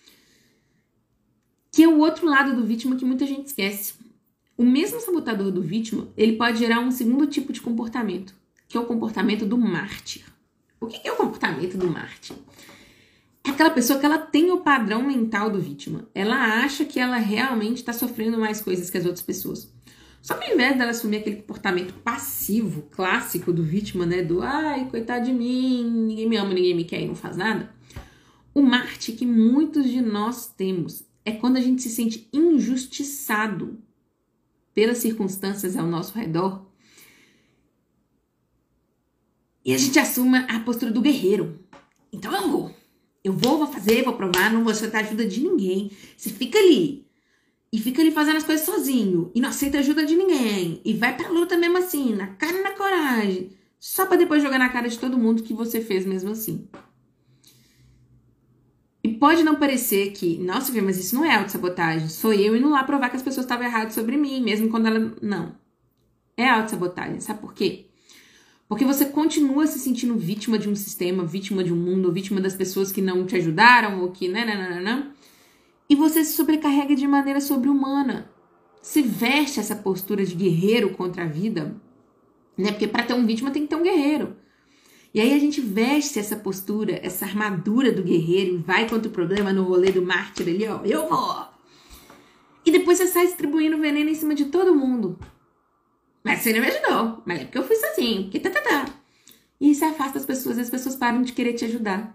[SPEAKER 1] Que é o outro lado do vítima que muita gente esquece. O mesmo sabotador do vítima, ele pode gerar um segundo tipo de comportamento, que é o comportamento do mártir. O que é o comportamento do mártir? É aquela pessoa que ela tem o padrão mental do vítima. Ela acha que ela realmente está sofrendo mais coisas que as outras pessoas. Só que ao invés dela assumir aquele comportamento passivo, clássico do vítima, né? Do, ai, coitado de mim, ninguém me ama, ninguém me quer e não faz nada. O Marte que muitos de nós temos é quando a gente se sente injustiçado pelas circunstâncias ao nosso redor e a gente assume a postura do guerreiro. Então eu vou. Eu vou, vou fazer, vou provar, não vou aceitar ajuda de ninguém. Você fica ali e fica ali fazendo as coisas sozinho e não aceita ajuda de ninguém e vai pra luta mesmo assim, na cara e na coragem, só pra depois jogar na cara de todo mundo que você fez mesmo assim. E pode não parecer que, nossa, mas isso não é autossabotagem, sou eu indo lá provar que as pessoas estavam erradas sobre mim, mesmo quando ela... Não. É autossabotagem, sabe por quê? Porque você continua se sentindo vítima de um sistema, vítima de um mundo, vítima das pessoas que não te ajudaram, ou que... Nananana, e você se sobrecarrega de maneira sobre-humana. Se veste essa postura de guerreiro contra a vida, né? Porque para ter um vítima tem que ter um guerreiro. E aí a gente veste essa postura, essa armadura do guerreiro e vai contra o problema no rolê do mártir ali, ó. Eu vou! E depois você sai distribuindo veneno em cima de todo mundo. Mas você não me ajudou. Mas é porque eu fui sozinho. Porque tá, tá, tá. E aí você afasta as pessoas e as pessoas param de querer te ajudar.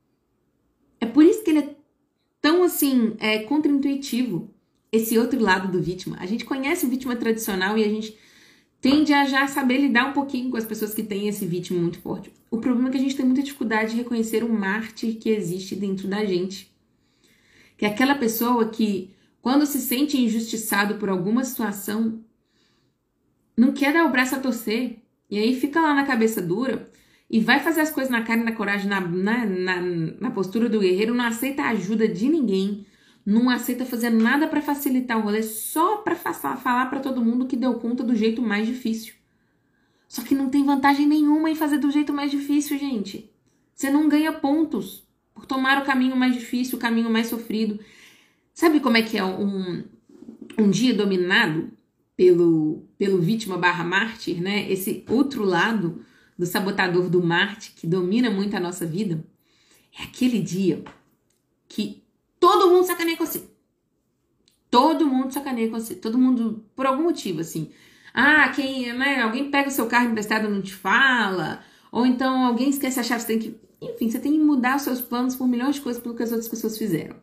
[SPEAKER 1] É por isso que ele é tão, assim, é, contraintuitivo. Esse outro lado do vítima. A gente conhece o vítima tradicional e a gente tende a já saber lidar um pouquinho com as pessoas que têm esse vítima muito forte. O problema é que a gente tem muita dificuldade de reconhecer o mártir que existe dentro da gente. Que é aquela pessoa que, quando se sente injustiçado por alguma situação, não quer dar o braço a torcer. E aí fica lá na cabeça dura e vai fazer as coisas na cara e na coragem, na, na, na, na postura do guerreiro, não aceita a ajuda de ninguém, não aceita fazer nada para facilitar o rolê, só para falar para todo mundo que deu conta do jeito mais difícil. Só que não tem vantagem nenhuma em fazer do jeito mais difícil, gente. Você não ganha pontos por tomar o caminho mais difícil, o caminho mais sofrido. Sabe como é que é um, um dia dominado pelo, pelo vítima barra mártir, né? Esse outro lado do sabotador do mártir que domina muito a nossa vida? É aquele dia que todo mundo sacaneia com você. Todo mundo sacaneia com você. Todo mundo, por algum motivo, assim. Ah, quem, né, alguém pega o seu carro emprestado e não te fala. Ou então alguém esquece a chave, você tem que... Enfim, você tem que mudar os seus planos por milhões de coisas pelo que as outras pessoas fizeram.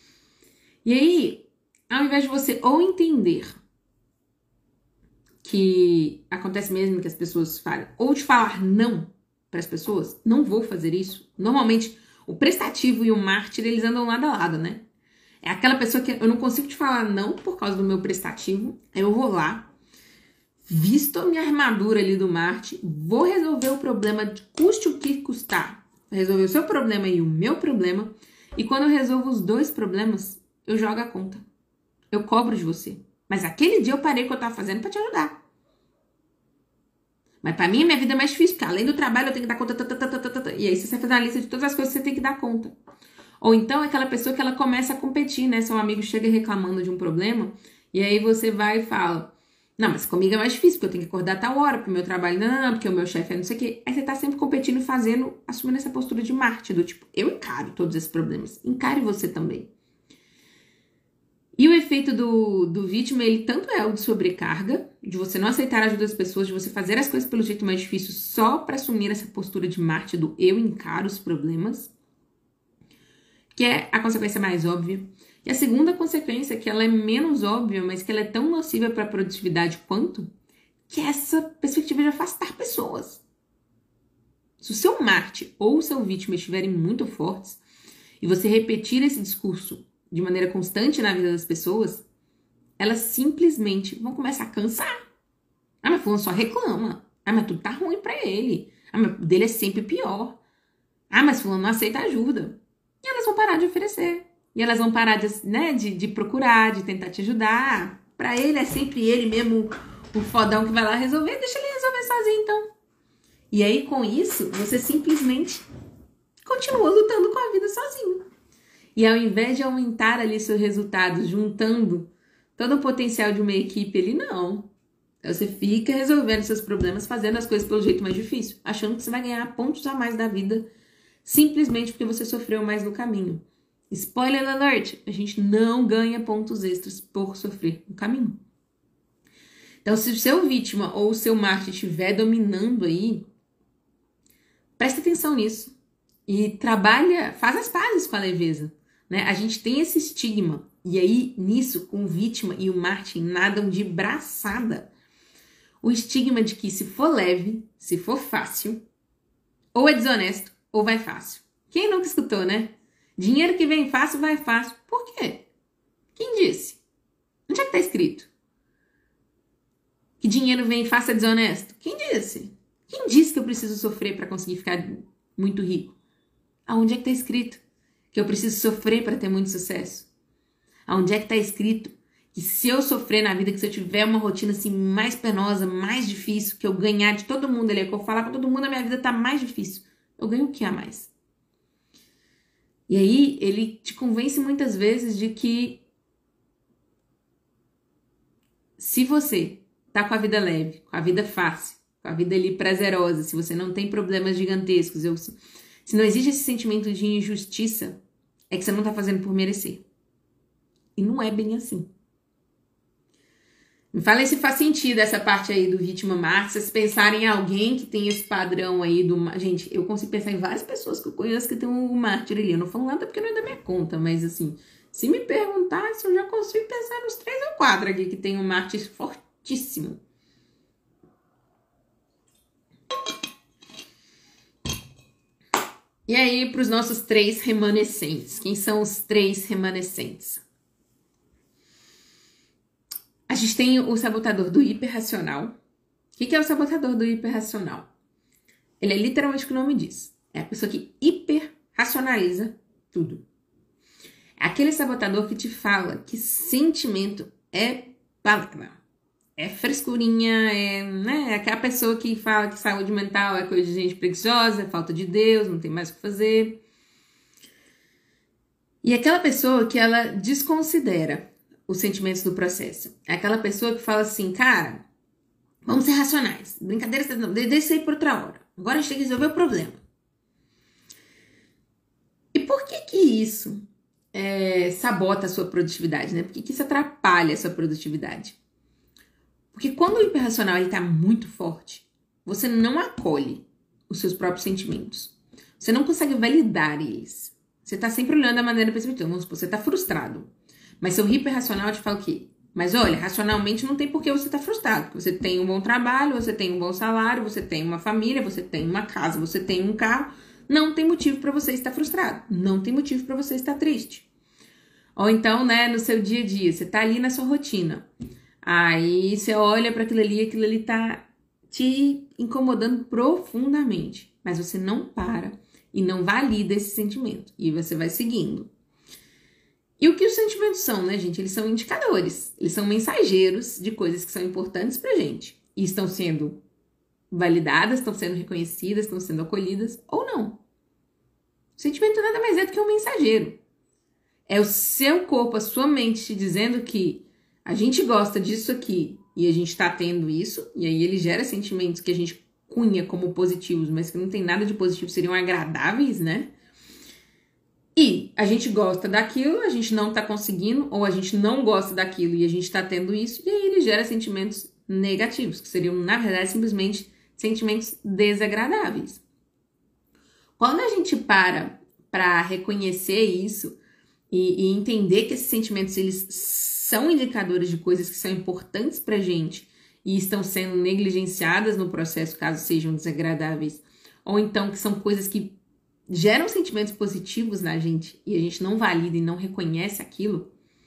[SPEAKER 1] E aí, ao invés de você ou entender que acontece mesmo que as pessoas falem, ou de falar não para as pessoas, não vou fazer isso. Normalmente, o prestativo e o mártir, eles andam lado a lado, né? É aquela pessoa que eu não consigo te falar não por causa do meu prestativo, aí eu vou lá, visto a minha armadura ali do mártir, vou resolver o problema, de custe o que custar. Vou resolver o seu problema e o meu problema, e quando eu resolvo os dois problemas, eu jogo a conta. Eu cobro de você. Mas aquele dia eu parei o que eu tava fazendo pra te ajudar. Mas pra mim, a minha vida é mais difícil, porque além do trabalho eu tenho que dar conta, tata, tata, tata, e aí você vai fazer uma lista de todas as coisas que você tem que dar conta. Ou então é aquela pessoa que ela começa a competir, né? Seu amigo chega reclamando de um problema, e aí você vai e fala, não, mas comigo é mais difícil, porque eu tenho que acordar a tal hora, porque o meu trabalho não, não, porque o meu chefe é não sei o quê. Aí você tá sempre competindo, fazendo, assumindo essa postura de mártir, do tipo, eu encaro todos esses problemas, encare você também. E o efeito do, do vítima, ele tanto é o de sobrecarga, de você não aceitar a ajuda das pessoas, de você fazer as coisas pelo jeito mais difícil só para assumir essa postura de mártir do eu encaro os problemas, que é a consequência mais óbvia. E a segunda consequência, que ela é menos óbvia, mas que ela é tão nociva para a produtividade quanto, que é essa perspectiva de afastar pessoas. Se o seu mártir ou o seu vítima estiverem muito fortes, e você repetir esse discurso de maneira constante na vida das pessoas, elas simplesmente vão começar a cansar. Ah, mas fulano só reclama. Ah, mas tudo tá ruim pra ele. Ah, mas o dele é sempre pior. Ah, mas fulano não aceita ajuda. E elas vão parar de oferecer. E elas vão parar de, né, de, de procurar, de tentar te ajudar. Pra ele é sempre ele mesmo, o fodão que vai lá resolver. Deixa ele resolver sozinho, então. E aí, com isso, você simplesmente continua lutando com a vida sozinho. E ao invés de aumentar ali seus resultados, juntando todo o potencial de uma equipe ali, não. Então você fica resolvendo seus problemas, fazendo as coisas pelo jeito mais difícil, achando que você vai ganhar pontos a mais da vida, simplesmente porque você sofreu mais no caminho. Spoiler alert, a gente não ganha pontos extras por sofrer no caminho. Então, se o seu vítima ou o seu mártir estiver dominando aí, presta atenção nisso. e trabalha, faz as pazes com a leveza, né? A gente tem esse estigma, e aí nisso o vítima e o Marte nadam de braçada. O estigma de que se for leve, se for fácil, ou é desonesto, ou vai fácil. Quem nunca escutou, né? Dinheiro que vem fácil, vai fácil. Por quê? Quem disse? Onde é que tá escrito? Que dinheiro vem fácil é desonesto? Quem disse? Quem disse que eu preciso sofrer para conseguir ficar muito rico? Aonde é que tá escrito que eu preciso sofrer para ter muito sucesso? Aonde é que tá escrito que se eu sofrer na vida, que se eu tiver uma rotina assim mais penosa, mais difícil, que eu ganhar de todo mundo ali, que eu falar pra todo mundo, a minha vida tá mais difícil. Eu ganho o que a mais? E aí ele te convence muitas vezes de que se você tá com a vida leve, com a vida fácil, com a vida ali prazerosa, se você não tem problemas gigantescos, eu, se não existe esse sentimento de injustiça, é que você não tá fazendo por merecer. E não é bem assim. Me fala se faz sentido essa parte aí do vítima Marte. Se vocês pensarem em alguém que tem esse padrão aí do... Gente, eu consigo pensar em várias pessoas que eu conheço que tem um mártir ali. Eu não falo nada porque não é da minha conta, mas assim, se me perguntasse, eu já consigo pensar nos três ou quatro aqui que tem um mártir fortíssimo. E aí, para os nossos três remanescentes. Quem são os três remanescentes? A gente tem o sabotador do hiperracional. O que é o sabotador do hiperracional? Ele é literalmente o que o nome diz. É a pessoa que hiperracionaliza tudo. É aquele sabotador que te fala que sentimento é balela. É frescurinha, é, né, é aquela pessoa que fala que saúde mental é coisa de gente preguiçosa, é falta de Deus, não tem mais o que fazer. E aquela pessoa que ela desconsidera os sentimentos do processo. É aquela pessoa que fala assim, cara, vamos ser racionais. Brincadeira, não, deixa isso aí por outra hora. Agora a gente tem que resolver o problema. E por que que isso é, sabota a sua produtividade, né? Por que que isso atrapalha a sua produtividade? Porque quando o hiperracional está muito forte, você não acolhe os seus próprios sentimentos. Você não consegue validar eles. Você está sempre olhando da maneira perspectiva. Vamos supor, você está frustrado. Mas seu hiperracional te fala o quê? Mas olha, racionalmente não tem por que você estar frustrado. Você tem um bom trabalho, você tem um bom salário, você tem uma família, você tem uma casa, você tem um carro. Não tem motivo para você estar frustrado. Não tem motivo para você estar triste. Ou então, né, no seu dia a dia, você tá ali na sua rotina. Aí você olha para aquilo ali, aquilo ali tá te incomodando profundamente. Mas você não para e não valida esse sentimento. E você vai seguindo. E o que os sentimentos são, né, gente? Eles são indicadores. Eles são mensageiros de coisas que são importantes pra gente. E estão sendo validadas, estão sendo reconhecidas, estão sendo acolhidas ou não. O sentimento nada mais é do que um mensageiro. É o seu corpo, a sua mente te dizendo que a gente gosta disso aqui e a gente tá tendo isso. E aí ele gera sentimentos que a gente cunha como positivos, mas que não tem nada de positivo, seriam agradáveis, né? E a gente gosta daquilo, a gente não tá conseguindo, ou a gente não gosta daquilo e a gente tá tendo isso, e aí ele gera sentimentos negativos, que seriam, na verdade, simplesmente sentimentos desagradáveis. Quando a gente para para reconhecer isso e, e entender que esses sentimentos, eles são indicadores de coisas que são importantes pra gente e estão sendo negligenciadas no processo, caso sejam desagradáveis, ou então que são coisas que geram sentimentos positivos na gente e a gente não valida e não reconhece aquilo,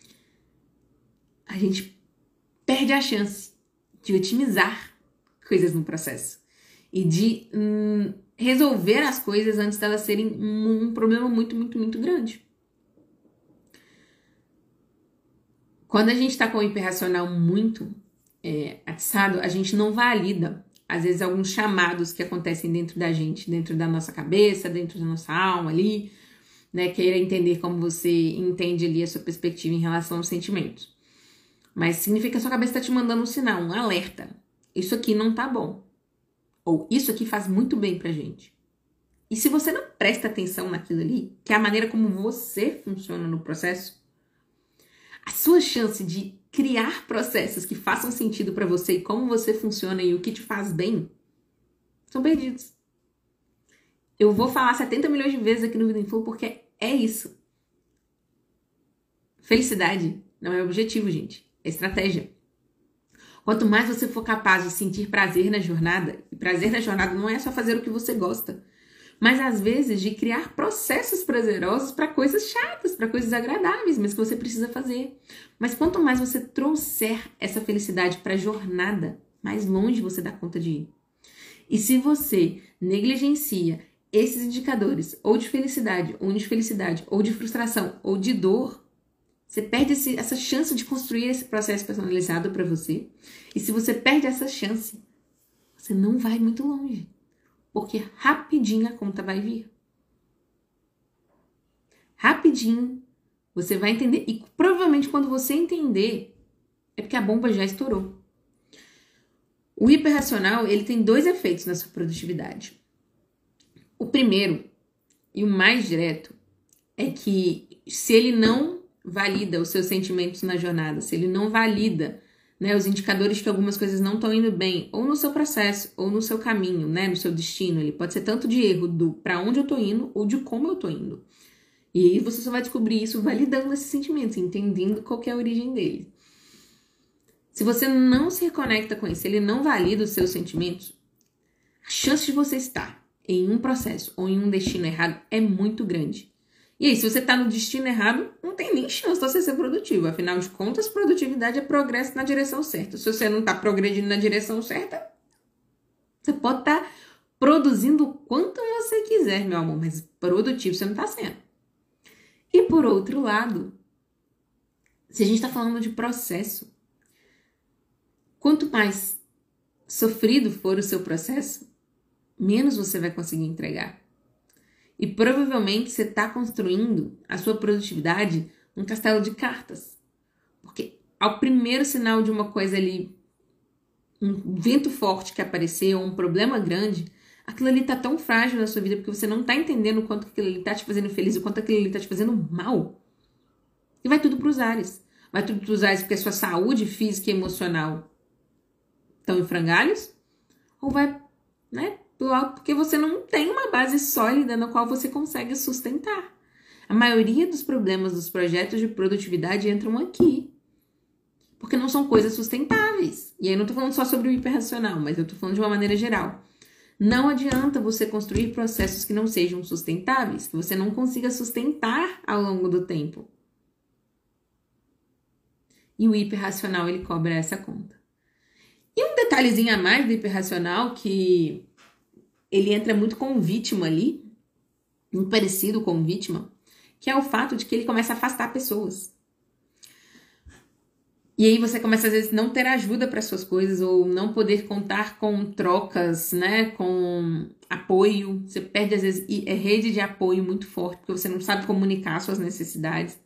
[SPEAKER 1] a gente perde a chance de otimizar coisas no processo e de hum, resolver as coisas antes delas serem um, um problema muito, muito, muito grande. Quando a gente está com o hiperracional muito é, atiçado, a gente não valida às vezes alguns chamados que acontecem dentro da gente, dentro da nossa cabeça, dentro da nossa alma ali, né? Queira entender como você entende ali a sua perspectiva em relação aos sentimentos. Mas significa que a sua cabeça está te mandando um sinal, um alerta. Isso aqui não tá bom. Ou isso aqui faz muito bem pra gente. E se você não presta atenção naquilo ali, que é a maneira como você funciona no processo, a sua chance de criar processos que façam sentido para você e como você funciona e o que te faz bem são perdidos. Eu vou falar setenta milhões de vezes aqui no Vida em Flow porque é isso. Felicidade não é objetivo, gente. É estratégia. Quanto mais você for capaz de sentir prazer na jornada, e prazer na jornada não é só fazer o que você gosta, mas às vezes de criar processos prazerosos para coisas chatas, para coisas agradáveis, mas que você precisa fazer. Mas quanto mais você trouxer essa felicidade para a jornada, mais longe você dá conta de ir. E se você negligencia esses indicadores, ou de felicidade, ou de infelicidade, ou de frustração, ou de dor, você perde esse, essa chance de construir esse processo personalizado para você. E se você perde essa chance, você não vai muito longe. Porque rapidinho a conta vai vir. Rapidinho você vai entender. E provavelmente quando você entender, é porque a bomba já estourou. O hiperracional, ele tem dois efeitos na sua produtividade. O primeiro, e o mais direto, é que se ele não valida os seus sentimentos na jornada, se ele não valida, né, os indicadores que algumas coisas não estão indo bem, ou no seu processo, ou no seu caminho, né, no seu destino, ele pode ser tanto de erro do para onde eu tô indo, ou de como eu tô indo. E aí você só vai descobrir isso validando esses sentimentos, entendendo qual que é a origem dele. Se você não se reconecta com isso, ele não valida os seus sentimentos, a chance de você estar em um processo ou em um destino errado é muito grande. E aí, se você está no destino errado, não tem nem chance de você ser produtivo. Afinal de contas, produtividade é progresso na direção certa. Se você não está progredindo na direção certa, você pode estar tá produzindo o quanto você quiser, meu amor, mas produtivo você não está sendo. E por outro lado, se a gente está falando de processo, quanto mais sofrido for o seu processo, menos você vai conseguir entregar. E provavelmente você está construindo a sua produtividade num castelo de cartas. Porque ao primeiro sinal de uma coisa ali, um vento forte que apareceu, um problema grande, aquilo ali tá tão frágil na sua vida porque você não tá entendendo o quanto aquilo ali tá te fazendo feliz, o quanto aquilo ali tá te fazendo mal. E vai tudo pros ares. Vai tudo pros ares porque a sua saúde física e emocional estão em frangalhos, ou vai, né, pro alto porque você não tem uma base sólida na qual você consegue sustentar. A maioria dos problemas dos projetos de produtividade entram aqui. Porque não são coisas sustentáveis. E aí eu não tô falando só sobre o hiperracional, mas eu tô falando de uma maneira geral. Não adianta você construir processos que não sejam sustentáveis, que você não consiga sustentar ao longo do tempo. E o hiperracional, ele cobra essa conta. E um detalhezinho a mais do hiperracional, que ele entra muito com vítima ali, muito parecido com vítima, que é o fato de que ele começa a afastar pessoas. E aí você começa, às vezes, não ter ajuda para suas coisas ou não poder contar com trocas, né, com apoio. Você perde, às vezes, é rede de apoio muito forte, porque você não sabe comunicar suas necessidades.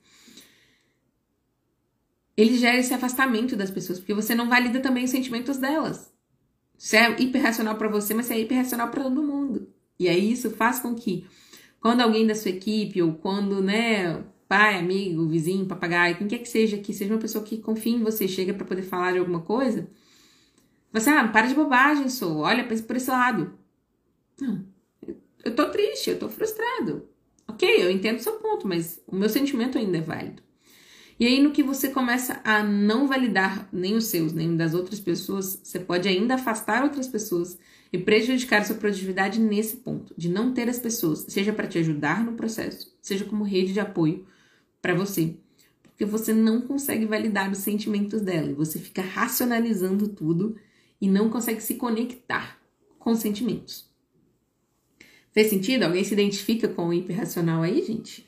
[SPEAKER 1] Ele gera esse afastamento das pessoas, porque você não valida também os sentimentos delas. Você é hiperracional para você, mas você é hiperracional para todo mundo. E aí isso faz com que, quando alguém da sua equipe, ou quando, né, pai, amigo, vizinho, papagaio, quem quer que seja, que seja uma pessoa que confia em você, chega para poder falar de alguma coisa, você, ah, para de bobagem, sou, olha por esse lado. Não, eu tô triste, eu tô frustrado. Ok, eu entendo o seu ponto, mas o meu sentimento ainda é válido. E aí, no que você começa a não validar nem os seus, nem das outras pessoas, você pode ainda afastar outras pessoas e prejudicar a sua produtividade nesse ponto, de não ter as pessoas, seja para te ajudar no processo, seja como rede de apoio para você. Porque você não consegue validar os sentimentos dela e você fica racionalizando tudo e não consegue se conectar com os sentimentos. Fez sentido? Alguém se identifica com o hiperracional aí, gente?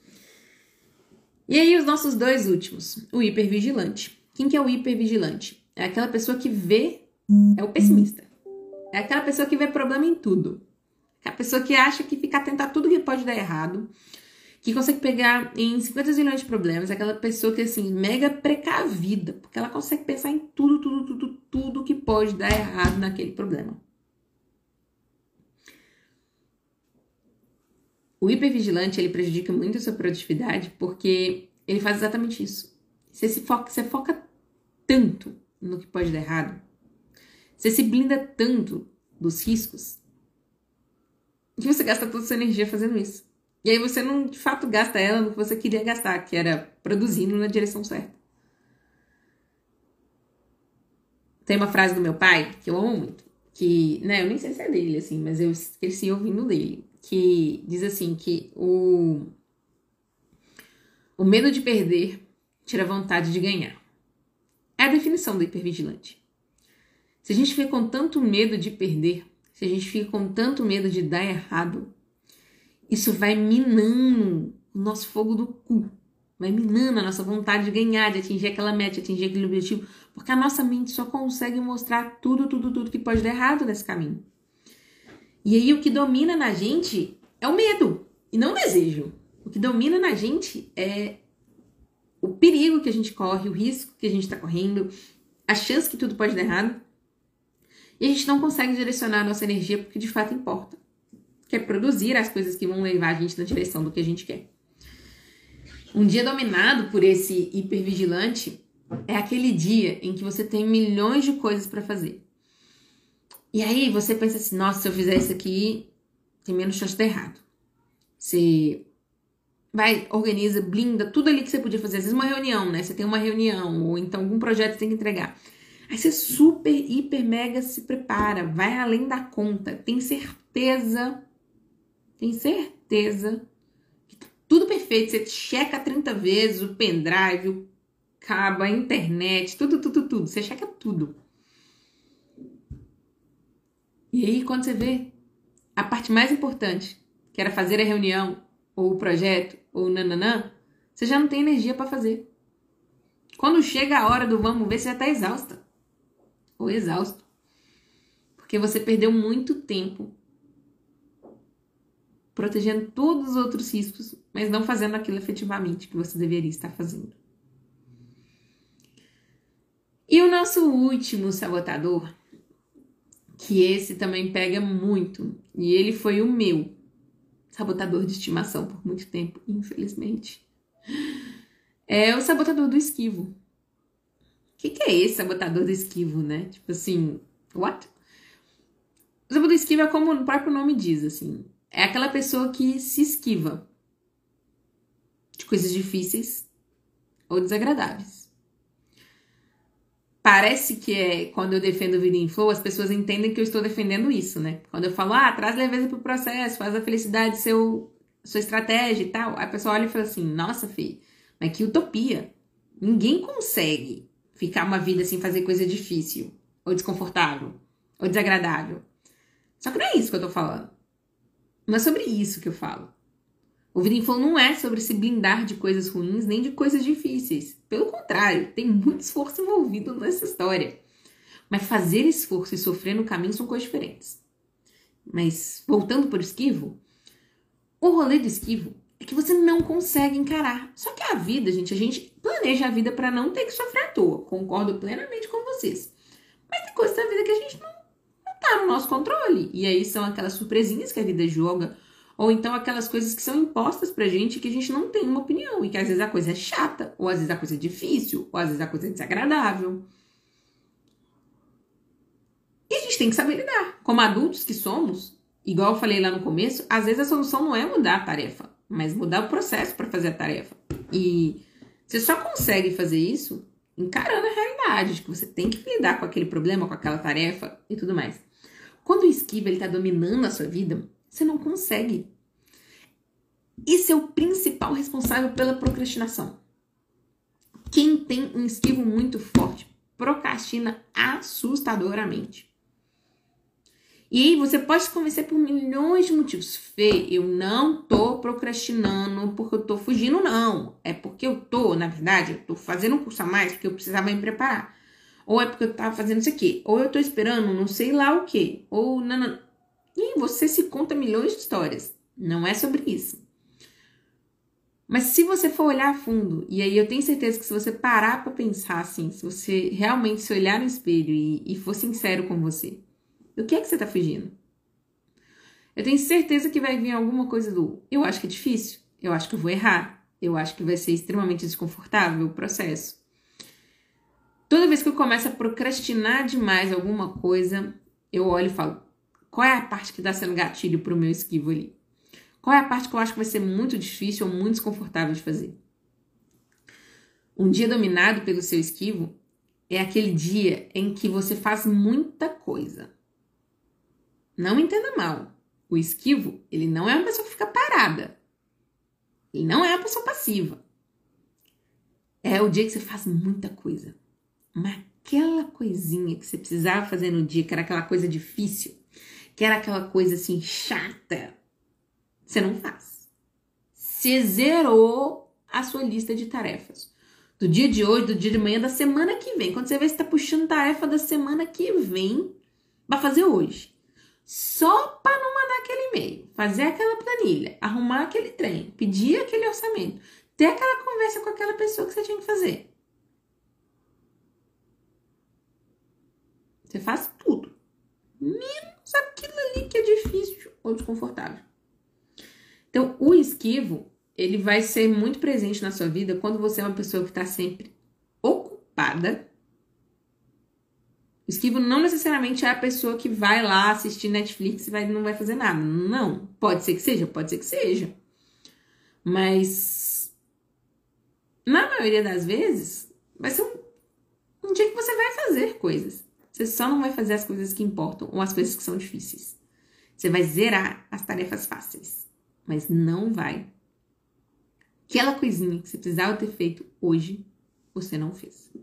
[SPEAKER 1] E aí os nossos dois últimos, o hipervigilante. Quem que é o hipervigilante? É aquela pessoa que vê, é o pessimista. É aquela pessoa que vê problema em tudo. É a pessoa que acha que fica atenta a tudo que pode dar errado, que consegue pegar em cinquenta zilhões de problemas. É aquela pessoa que, assim, mega precavida, porque ela consegue pensar em tudo, tudo, tudo, tudo que pode dar errado naquele problema. O hipervigilante, ele prejudica muito a sua produtividade porque ele faz exatamente isso. Você, se foca, você foca tanto no que pode dar errado, você se blinda tanto dos riscos, que você gasta toda a sua energia fazendo isso. E aí você não, de fato, gasta ela no que você queria gastar, que era produzindo na direção certa. Tem uma frase do meu pai, que eu amo muito, que, né, eu nem sei se é dele, assim, mas eu esqueci ouvindo dele, que diz assim, que o, o medo de perder tira a vontade de ganhar. É a definição do hipervigilante. Se a gente fica com tanto medo de perder, se a gente fica com tanto medo de dar errado, isso vai minando o nosso fogo do cu. Vai minando a nossa vontade de ganhar, de atingir aquela meta, de atingir aquele objetivo. Porque a nossa mente só consegue mostrar tudo, tudo, tudo que pode dar errado nesse caminho. E aí o que domina na gente é o medo e não o desejo. O que domina na gente é o perigo que a gente corre, o risco que a gente está correndo, a chance que tudo pode dar errado. E a gente não consegue direcionar a nossa energia porque de fato importa. Que é produzir as coisas que vão levar a gente na direção do que a gente quer. Um dia dominado por esse hipervigilante é aquele dia em que você tem milhões de coisas para fazer. E aí você pensa assim, nossa, se eu fizer isso aqui, tem menos chance de dar errado. Você vai, organiza, blinda tudo ali que você podia fazer. Às vezes uma reunião, né? Você tem uma reunião, ou então algum projeto que você tem que entregar. Aí você super, hiper, mega se prepara, vai além da conta, tem certeza, tem certeza que tá tudo perfeito, você checa trinta vezes o pendrive, o cabo, a internet, tudo, tudo, tudo, você checa tudo. E aí quando você vê a parte mais importante, que era fazer a reunião, ou o projeto, ou nananã, você já não tem energia para fazer. Quando chega a hora do vamos ver, você já tá exausta. Ou exausto. Porque você perdeu muito tempo protegendo todos os outros riscos, mas não fazendo aquilo efetivamente que você deveria estar fazendo. E o nosso último sabotador, que esse também pega muito, e ele foi o meu sabotador de estimação por muito tempo, infelizmente, é o sabotador do esquivo. O que, que é esse sabotador do esquivo, né? Tipo assim, what? O sabotador do esquivo é como o próprio nome diz, assim. É aquela pessoa que se esquiva de coisas difíceis ou desagradáveis. Parece que é, quando eu defendo Vida em Flow, as pessoas entendem que eu estou defendendo isso, né? Quando eu falo, ah, traz leveza pro processo, faz a felicidade seu, sua estratégia e tal. A pessoa olha e fala assim, nossa, filho, mas que utopia. Ninguém consegue ficar uma vida sem fazer coisa difícil, ou desconfortável, ou desagradável. Só que não é isso que eu tô falando. Não é sobre isso que eu falo. O Vida em Flow não é sobre se blindar de coisas ruins, nem de coisas difíceis. Pelo contrário, tem muito esforço envolvido nessa história. Mas fazer esforço e sofrer no caminho são coisas diferentes. Mas, voltando para o esquivo, o rolê do esquivo é que você não consegue encarar. Só que a vida, gente, a gente planeja a vida para não ter que sofrer à toa. Concordo plenamente com vocês. Mas tem coisas da vida que a gente não, não tá no nosso controle. E aí são aquelas surpresinhas que a vida joga, ou então aquelas coisas que são impostas pra gente que a gente não tem uma opinião. E que às vezes a coisa é chata, ou às vezes a coisa é difícil, ou às vezes a coisa é desagradável. E a gente tem que saber lidar. Como adultos que somos, igual eu falei lá no começo, às vezes a solução não é mudar a tarefa, mas mudar o processo para fazer a tarefa. E você só consegue fazer isso encarando a realidade, de que você tem que lidar com aquele problema, com aquela tarefa e tudo mais. Quando o esquivo ele tá dominando a sua vida, você não consegue. Isso é o principal responsável pela procrastinação. Quem tem um esquivo muito forte procrastina assustadoramente. E aí você pode se convencer por milhões de motivos. Fê, eu não tô procrastinando porque eu tô fugindo, não. É porque eu tô, na verdade, eu tô fazendo um curso a mais porque eu precisava me preparar. Ou é porque eu tava fazendo isso aqui. Ou eu tô esperando não sei lá o quê. Ou não, não. E você se conta milhões de histórias. Não é sobre isso. Mas se você for olhar a fundo, e aí eu tenho certeza que se você parar pra pensar assim, se você realmente se olhar no espelho e, e for sincero com você, do que é que você tá fugindo? Eu tenho certeza que vai vir alguma coisa do eu acho que é difícil, eu acho que eu vou errar, eu acho que vai ser extremamente desconfortável o processo. Toda vez que eu começo a procrastinar demais alguma coisa, eu olho e falo, Qual é a parte que está sendo gatilho para o meu esquivo ali? Qual é a parte que eu acho que vai ser muito difícil ou muito desconfortável de fazer? Um dia dominado pelo seu esquivo é aquele dia em que você faz muita coisa. Não entenda mal. O esquivo, ele não é uma pessoa que fica parada. Ele não é uma pessoa passiva. É o dia que você faz muita coisa. Mas aquela coisinha que você precisava fazer no dia, que era aquela coisa difícil, que era aquela coisa assim chata, você não faz. Você zerou a sua lista de tarefas. Do dia de hoje, do dia de manhã, da semana que vem. Quando você vê, você está puxando tarefa da semana que vem para fazer hoje. Só para não mandar aquele e-mail, fazer aquela planilha, arrumar aquele trem, pedir aquele orçamento, ter aquela conversa com aquela pessoa que você tinha que fazer. Você faz tudo, menos aquilo ali que é difícil ou desconfortável. Então, o esquivo, ele vai ser muito presente na sua vida quando você é uma pessoa que está sempre ocupada. O esquivo não necessariamente é a pessoa que vai lá assistir Netflix e vai, não vai fazer nada. Não. Pode ser que seja, pode ser que seja. Mas, na maioria das vezes, vai ser um, um dia que você vai fazer coisas. Você só não vai fazer as coisas que importam ou as coisas que são difíceis. Você vai zerar as tarefas fáceis, mas não vai. Aquela coisinha que você precisava ter feito hoje, você não fez.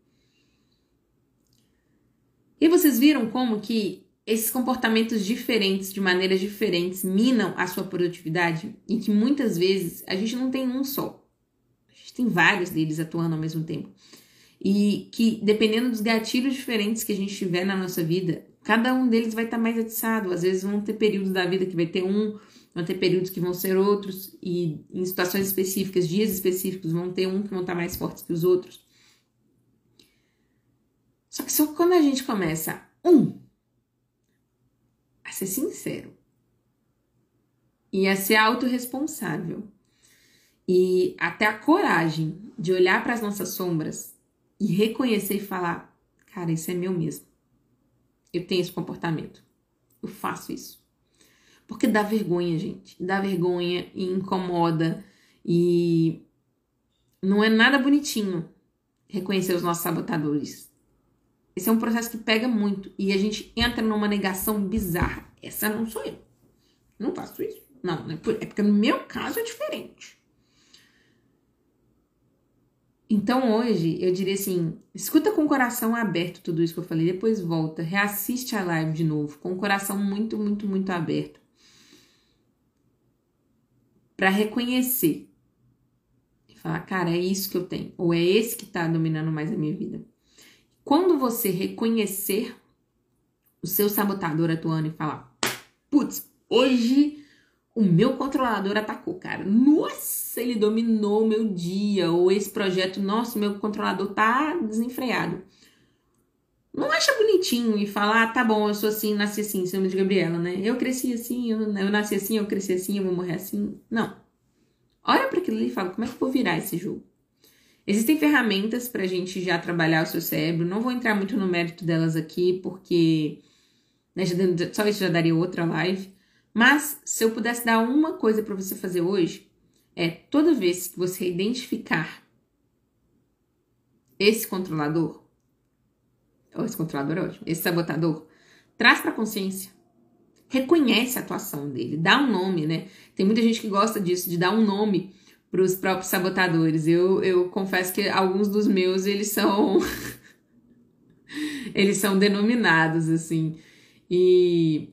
[SPEAKER 1] E vocês viram como que esses comportamentos diferentes, de maneiras diferentes, minam a sua produtividade? E que muitas vezes a gente não tem um só. A gente tem vários deles atuando ao mesmo tempo. E que, dependendo dos gatilhos diferentes que a gente tiver na nossa vida, cada um deles vai estar mais atiçado. Às vezes vão ter períodos da vida que vai ter um, vão ter períodos que vão ser outros. E em situações específicas, dias específicos, vão ter um que vão estar mais fortes que os outros. Só que só quando a gente começa, um, a ser sincero e a ser autorresponsável e até a coragem de olhar para as nossas sombras e reconhecer e falar, cara, isso é meu mesmo. Eu tenho esse comportamento. Eu faço isso. Porque dá vergonha, gente. Dá vergonha e incomoda e não é nada bonitinho reconhecer os nossos sabotadores. Esse é um processo que pega muito e a gente entra numa negação bizarra. Essa não sou eu. Não faço isso. Não, não é, por... é porque no meu caso é diferente. Então hoje eu diria assim, escuta com o coração aberto tudo isso que eu falei, depois volta, reassiste a live de novo, com o coração muito, muito, muito aberto. Para reconhecer. E falar, cara, é isso que eu tenho. Ou é esse que tá dominando mais a minha vida. Quando você reconhecer o seu sabotador atuando e falar, putz, hoje o meu controlador atacou, cara. Nossa, ele dominou o meu dia. Ou esse projeto, nossa, o meu controlador tá desenfreado. Não acha bonitinho e falar, ah, tá bom, eu sou assim, nasci assim, chama de Gabriela, né? Eu cresci assim, eu, eu nasci assim, eu cresci assim, eu vou morrer assim. Não. Olha para aquilo ali e fala, como é que eu vou virar esse jogo? Existem ferramentas para a gente já trabalhar o seu cérebro. Não vou entrar muito no mérito delas aqui, porque né, já, só isso já daria outra live. Mas, se eu pudesse dar uma coisa para você fazer hoje, é toda vez que você identificar esse controlador, ou esse controlador é ótimo, esse sabotador, traz para a consciência. Reconhece a atuação dele, dá um nome, né? Tem muita gente que gosta disso, de dar um nome para os próprios sabotadores. Eu, eu confesso que alguns dos meus, eles são eles são denominados, assim. E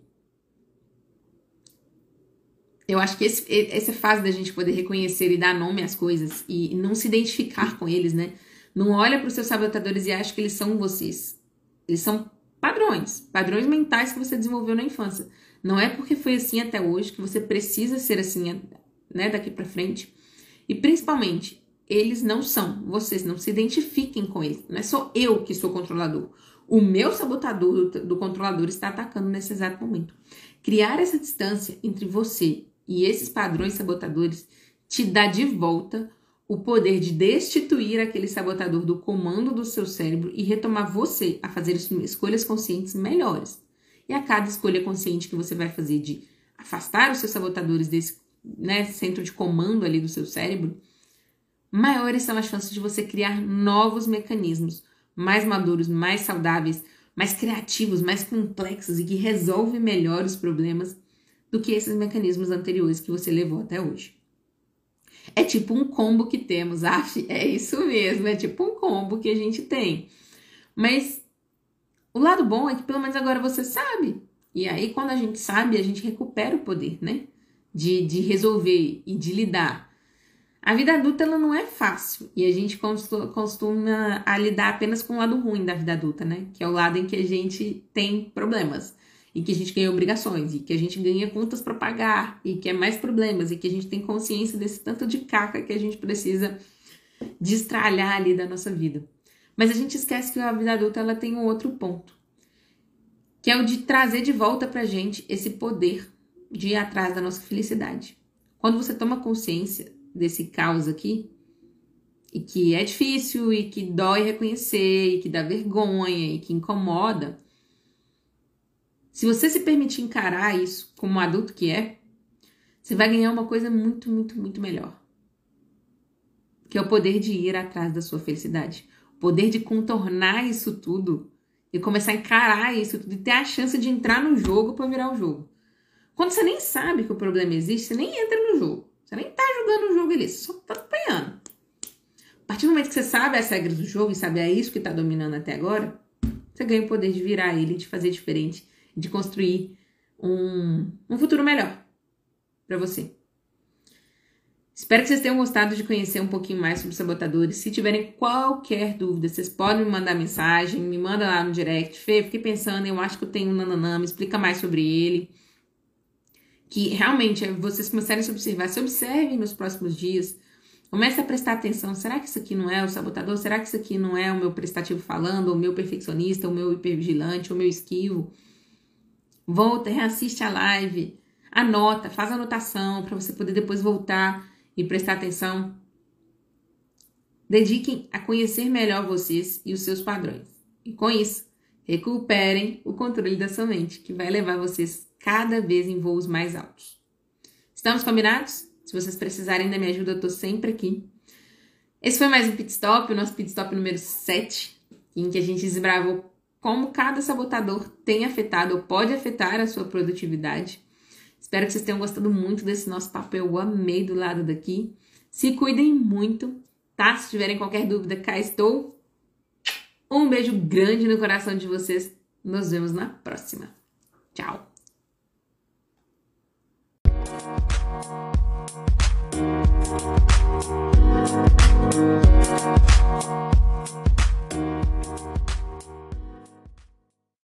[SPEAKER 1] eu acho que esse, essa fase da gente poder reconhecer e dar nome às coisas e não se identificar com eles, né? Não olha para os seus sabotadores e acha que eles são vocês. Eles são padrões, padrões mentais que você desenvolveu na infância. Não é porque foi assim até hoje que você precisa ser assim, né, daqui para frente. E principalmente, eles não são, vocês não se identifiquem com eles. Não é só eu que sou controlador. O meu sabotador do, do controlador está atacando nesse exato momento. Criar essa distância entre você e esses padrões sabotadores te dá de volta o poder de destituir aquele sabotador do comando do seu cérebro e retomar você a fazer escolhas conscientes melhores. E a cada escolha consciente que você vai fazer de afastar os seus sabotadores desse, né, centro de comando ali do seu cérebro, maiores são as chances de você criar novos mecanismos mais maduros, mais saudáveis, mais criativos, mais complexos e que resolvem melhor os problemas do que esses mecanismos anteriores que você levou até hoje. É tipo um combo que temos, af, é isso mesmo, é tipo um combo que a gente tem. Mas o lado bom é que pelo menos agora você sabe. E aí quando a gente sabe, a gente recupera o poder, né? De, de resolver e de lidar. A vida adulta ela não é fácil e a gente costuma a lidar apenas com o lado ruim da vida adulta, né? Que é o lado em que a gente tem problemas e que a gente ganha obrigações e que a gente ganha contas para pagar e que é mais problemas e que a gente tem consciência desse tanto de caca que a gente precisa destralhar ali da nossa vida. Mas a gente esquece que a vida adulta ela tem um outro ponto, que é o de trazer de volta pra gente esse poder de ir atrás da nossa felicidade. Quando você toma consciência desse caos aqui, e que é difícil, e que dói reconhecer, e que dá vergonha, e que incomoda, se você se permitir encarar isso como um adulto que é, você vai ganhar uma coisa muito, muito, muito melhor. Que é o poder de ir atrás da sua felicidade. O poder de contornar isso tudo e começar a encarar isso tudo e ter a chance de entrar no jogo para virar o jogo. Quando você nem sabe que o problema existe, você nem entra no jogo. Você nem tá jogando o jogo ali, você só tá acompanhando. A partir do momento que você sabe as regras do jogo e sabe é isso que tá dominando até agora, você ganha o poder de virar ele, de fazer diferente, de construir um, um futuro melhor para você. Espero que vocês tenham gostado de conhecer um pouquinho mais sobre sabotadores. Se tiverem qualquer dúvida, vocês podem me mandar mensagem, me manda lá no direct. Fê, fiquei pensando, eu acho que eu tenho um nananã, me explica mais sobre ele. Que realmente vocês começarem a se observar, se observem nos próximos dias, comece a prestar atenção, será que isso aqui não é o sabotador? Será que isso aqui não é o meu prestativo falando, o meu perfeccionista, o meu hipervigilante, o meu esquivo? Volta, reassiste a live, anota, faz anotação para você poder depois voltar e prestar atenção. Dediquem a conhecer melhor vocês e os seus padrões. E com isso, recuperem o controle da sua mente, que vai levar vocês cada vez em voos mais altos. Estamos combinados? Se vocês precisarem da minha ajuda, eu tô sempre aqui. Esse foi mais um Pit Stop, o nosso Pit Stop número sete, em que a gente desbravou como cada sabotador tem afetado ou pode afetar a sua produtividade. Espero que vocês tenham gostado muito desse nosso papo, eu amei do lado daqui. Se cuidem muito, tá? Se tiverem qualquer dúvida, cá estou. Um beijo grande no coração de vocês. Nos vemos na próxima. Tchau! Thank you.